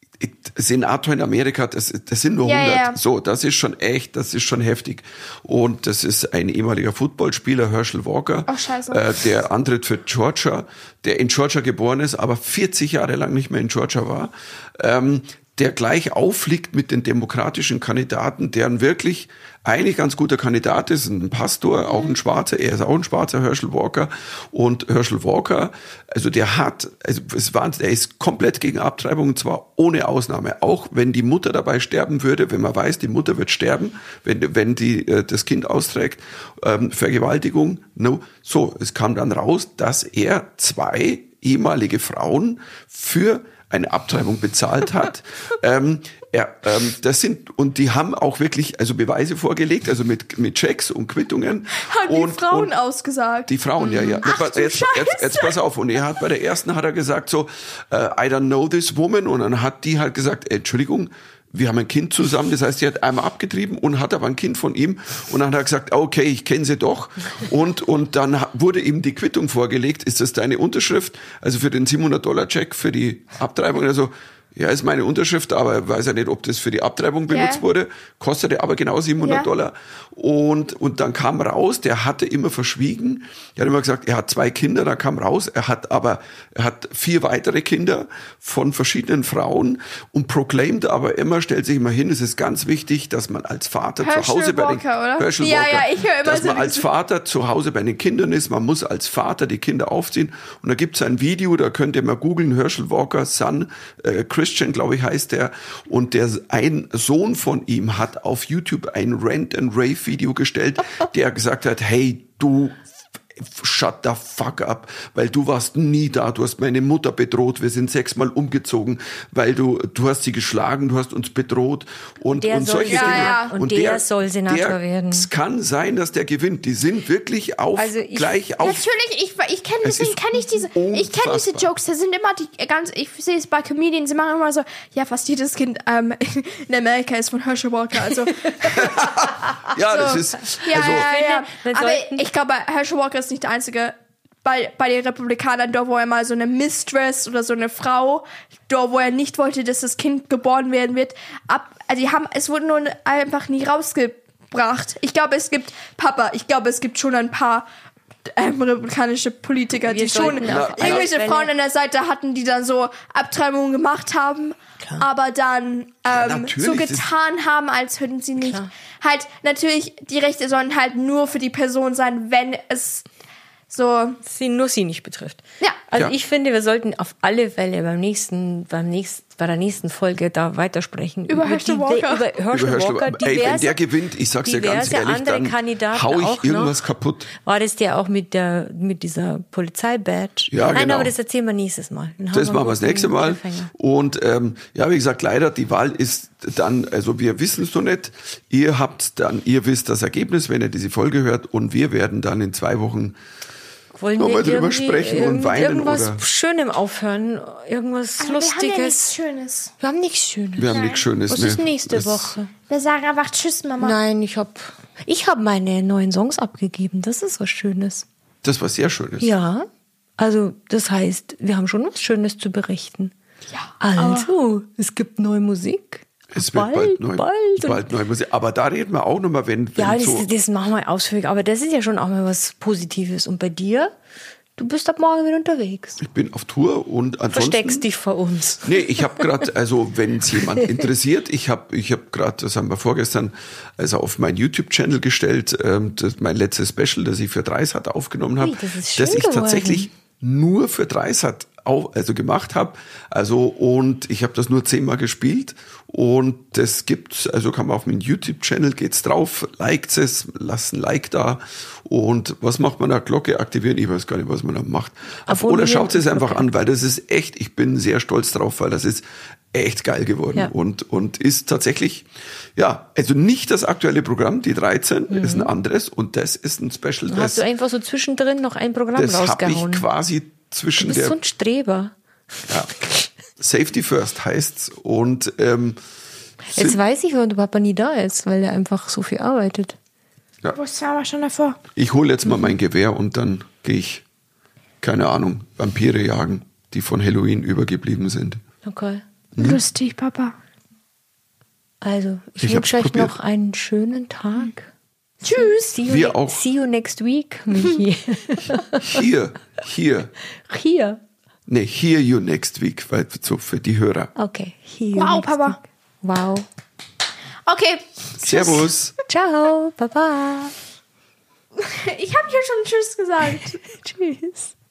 Senator in Amerika, das, das sind nur Ja, hundert. ja. So, das ist schon echt, das ist schon heftig. Und das ist ein ehemaliger Footballspieler, Herschel Walker, Ach, scheiße. äh, der antritt für Georgia, der in Georgia geboren ist, aber vierzig Jahre lang nicht mehr in Georgia war, ähm, der gleich auffliegt mit den demokratischen Kandidaten, deren wirklich eigentlich ganz guter Kandidat ist, ein Pastor, auch ein Schwarzer, er ist auch ein Schwarzer, Herschel Walker. Und Herschel Walker, also der hat, also es war, der ist komplett gegen Abtreibung, und zwar ohne Ausnahme. Auch wenn die Mutter dabei sterben würde, wenn man weiß, die Mutter wird sterben, wenn, wenn die äh, das Kind austrägt, ähm, Vergewaltigung, no. So, es kam dann raus, dass er zwei ehemalige Frauen für eine Abtreibung bezahlt hat. ähm, ja, ähm, das sind, und die haben auch wirklich, also Beweise vorgelegt, also mit, mit Checks und Quittungen. Haben und, die Frauen und ausgesagt? Die Frauen, ja, ja. Ach, du jetzt, jetzt, jetzt pass auf. Und er hat bei der ersten hat er gesagt so, uh, I don't know this woman. Und dann hat die halt gesagt, Entschuldigung, wir haben ein Kind zusammen, das heißt, sie hat einmal abgetrieben und hat aber ein Kind von ihm. Und dann hat er gesagt, okay, ich kenne sie doch. Und, und dann wurde ihm die Quittung vorgelegt. Ist das deine Unterschrift? Also für den siebenhundert Dollar Check für die Abtreibung. Also, ja, ist meine Unterschrift, aber er weiß ja nicht, ob das für die Abtreibung benutzt Ja. wurde. Kostete aber genau siebenhundert Ja. Dollar. Und, und dann kam raus, der hatte immer verschwiegen. Er hat immer gesagt, er hat zwei Kinder, da kam raus. Er hat aber, er hat vier weitere Kinder von verschiedenen Frauen und proclaimed aber immer, stellt sich immer hin, es ist ganz wichtig, dass man als Vater Herschel zu Hause bei den, Walker, oder? Herschel Ja, Walker, ja, ich höre immer dass so man als diese- Vater zu Hause bei den Kindern ist. Man muss als Vater die Kinder aufziehen. Und da gibt's ein Video, da könnt ihr mal googeln, Herschel Walker, Son, äh, Christian, glaube ich, heißt der. Und der, ein Sohn von ihm hat auf YouTube ein Rant-and-Rave-Video gestellt, der gesagt hat, hey, du, shut the fuck up, weil du warst nie da, du hast meine Mutter bedroht, wir sind sechsmal umgezogen, weil du, du hast sie geschlagen, du hast uns bedroht und, Der und soll solche ja, Dinge. ja. Und der soll Senator der, werden. Es kann sein, dass der gewinnt. Die sind wirklich auf, Also ich- gleich auf. Natürlich, ich, ich kenne Es deswegen ist kenne ich diese, ich kenne diese unfassbar. Jokes. Da sind immer die ganz, ich sehe es bei Comedians, sie machen immer so, ja, fast jedes Kind ähm, in Amerika ist von Herschel Walker. Also Ja, so. das ist, ja, also, ja, ja. wir Aber sollten- ich glaube, Herschel Walker ist nicht der einzige. Bei, bei den Republikanern, da wo er mal so eine Mistress oder so eine Frau, da wo er nicht wollte, dass das Kind geboren werden wird, ab, also die haben, es wurde nur einfach nie rausgebracht. Ich glaube, es gibt, Papa, ich glaube, es gibt schon ein paar ähm, republikanische Politiker, Wir die schon sollten auf alle irgendwelche Fälle- Frauen an der Seite hatten, die dann so Abtreibungen gemacht haben, Klar. aber dann ähm, natürlich, so das- getan haben, als würden sie nicht. Klar. Halt, natürlich, die Rechte sollen halt nur für die Person sein, wenn es so. sie nur sie nicht betrifft. Ja. Also Ja. ich finde, wir sollten auf alle Fälle beim nächsten, beim nächsten, bei der nächsten Folge da weitersprechen. Über Herschel die- Walker. Über Herschel Über Herschel- Walker. Ey, wenn diverse- der gewinnt, ich sag's dir ganz diverse ehrlich, andere dann Kandidaten hau ich auch irgendwas noch. kaputt. War das der auch mit der, mit dieser Polizei-Badge? Ja, Nein, genau. aber das erzählen wir nächstes Mal. Dann haben Das wir machen wir einen das nächste guten Mal. Cliffhanger. Und ähm, ja, wie gesagt, leider, die Wahl ist dann, also wir wissen es noch nicht. Ihr habt dann, ihr wisst das Ergebnis, wenn ihr diese Folge hört. Und wir werden dann in zwei Wochen Wollen Wollen wir drüber irgendwie sprechen und irgend- weinen, Irgendwas oder? Schönem aufhören, irgendwas Aber wir haben ja nichts Lustiges. Schönes. Wir haben nichts Schönes. Wir haben nichts Schönes. Was ne? ist nächste Das- Woche? Wir sagen einfach Tschüss, Mama. Nein, ich hab, ich hab meine neuen Songs abgegeben. Das ist was Schönes. Das war sehr Schönes. Ja, also das heißt, wir haben schon was Schönes zu berichten. Ja, Also, es gibt neue Musik. Es wird bald, neu, bald. bald neu Musik. Aber da reden wir auch nochmal, wenn, wenn Ja, das, so. das machen wir ausführlich. Aber das ist ja schon auch mal was Positives. Und bei dir, du bist ab morgen wieder unterwegs. Ich bin auf Tour und ansonsten. Versteckst dich vor uns. Nee, ich habe gerade, also wenn es jemand interessiert, ich habe ich hab gerade, das haben wir vorgestern, also auf meinen YouTube-Channel gestellt, ähm, das, mein letztes Special, das ich für Dreisat aufgenommen habe, Ui, das ist schön das ich geworden. tatsächlich nur für Dreisat auch, also gemacht habe. Also und ich habe das nur zehnmal gespielt und das gibt's, also kann man auf meinen YouTube-Channel, geht's drauf, liked es, lasst ein Like da und was macht man da? Glocke aktivieren, ich weiß gar nicht, was man da macht. Abonnieren Oder schaut es und einfach Glocke. an, weil das ist echt, ich bin sehr stolz drauf, weil das ist echt geil geworden Ja. und, und ist tatsächlich, ja, also nicht das aktuelle Programm, die dreizehn mhm. ist ein anderes und das ist ein Special. Da hast du einfach so zwischendrin noch ein Programm das rausgehauen. Das habe ich quasi zwischen du bist der... so ein Streber. Ja, Safety First heißt's und ähm, jetzt weiß ich, warum der Papa nie da ist, weil er einfach so viel arbeitet. Ja. Wusste aber schon davor. Ich hole jetzt mal mein Gewehr und dann gehe ich, keine Ahnung, Vampire jagen, die von Halloween übergeblieben sind. Okay. Hm? Lustig, Papa. Also, ich, Ich wünsche euch probiert. noch einen schönen Tag. Tschüss. See you, Wir ne- auch. See you next week, Michi. Hier, hier, Hier. ne, hear you next week, weil so für die Hörer. Okay. Here Wow, next Papa. week. Wow. Okay. Servus. Ciao, Baba. Ich habe hier schon Tschüss gesagt. Tschüss.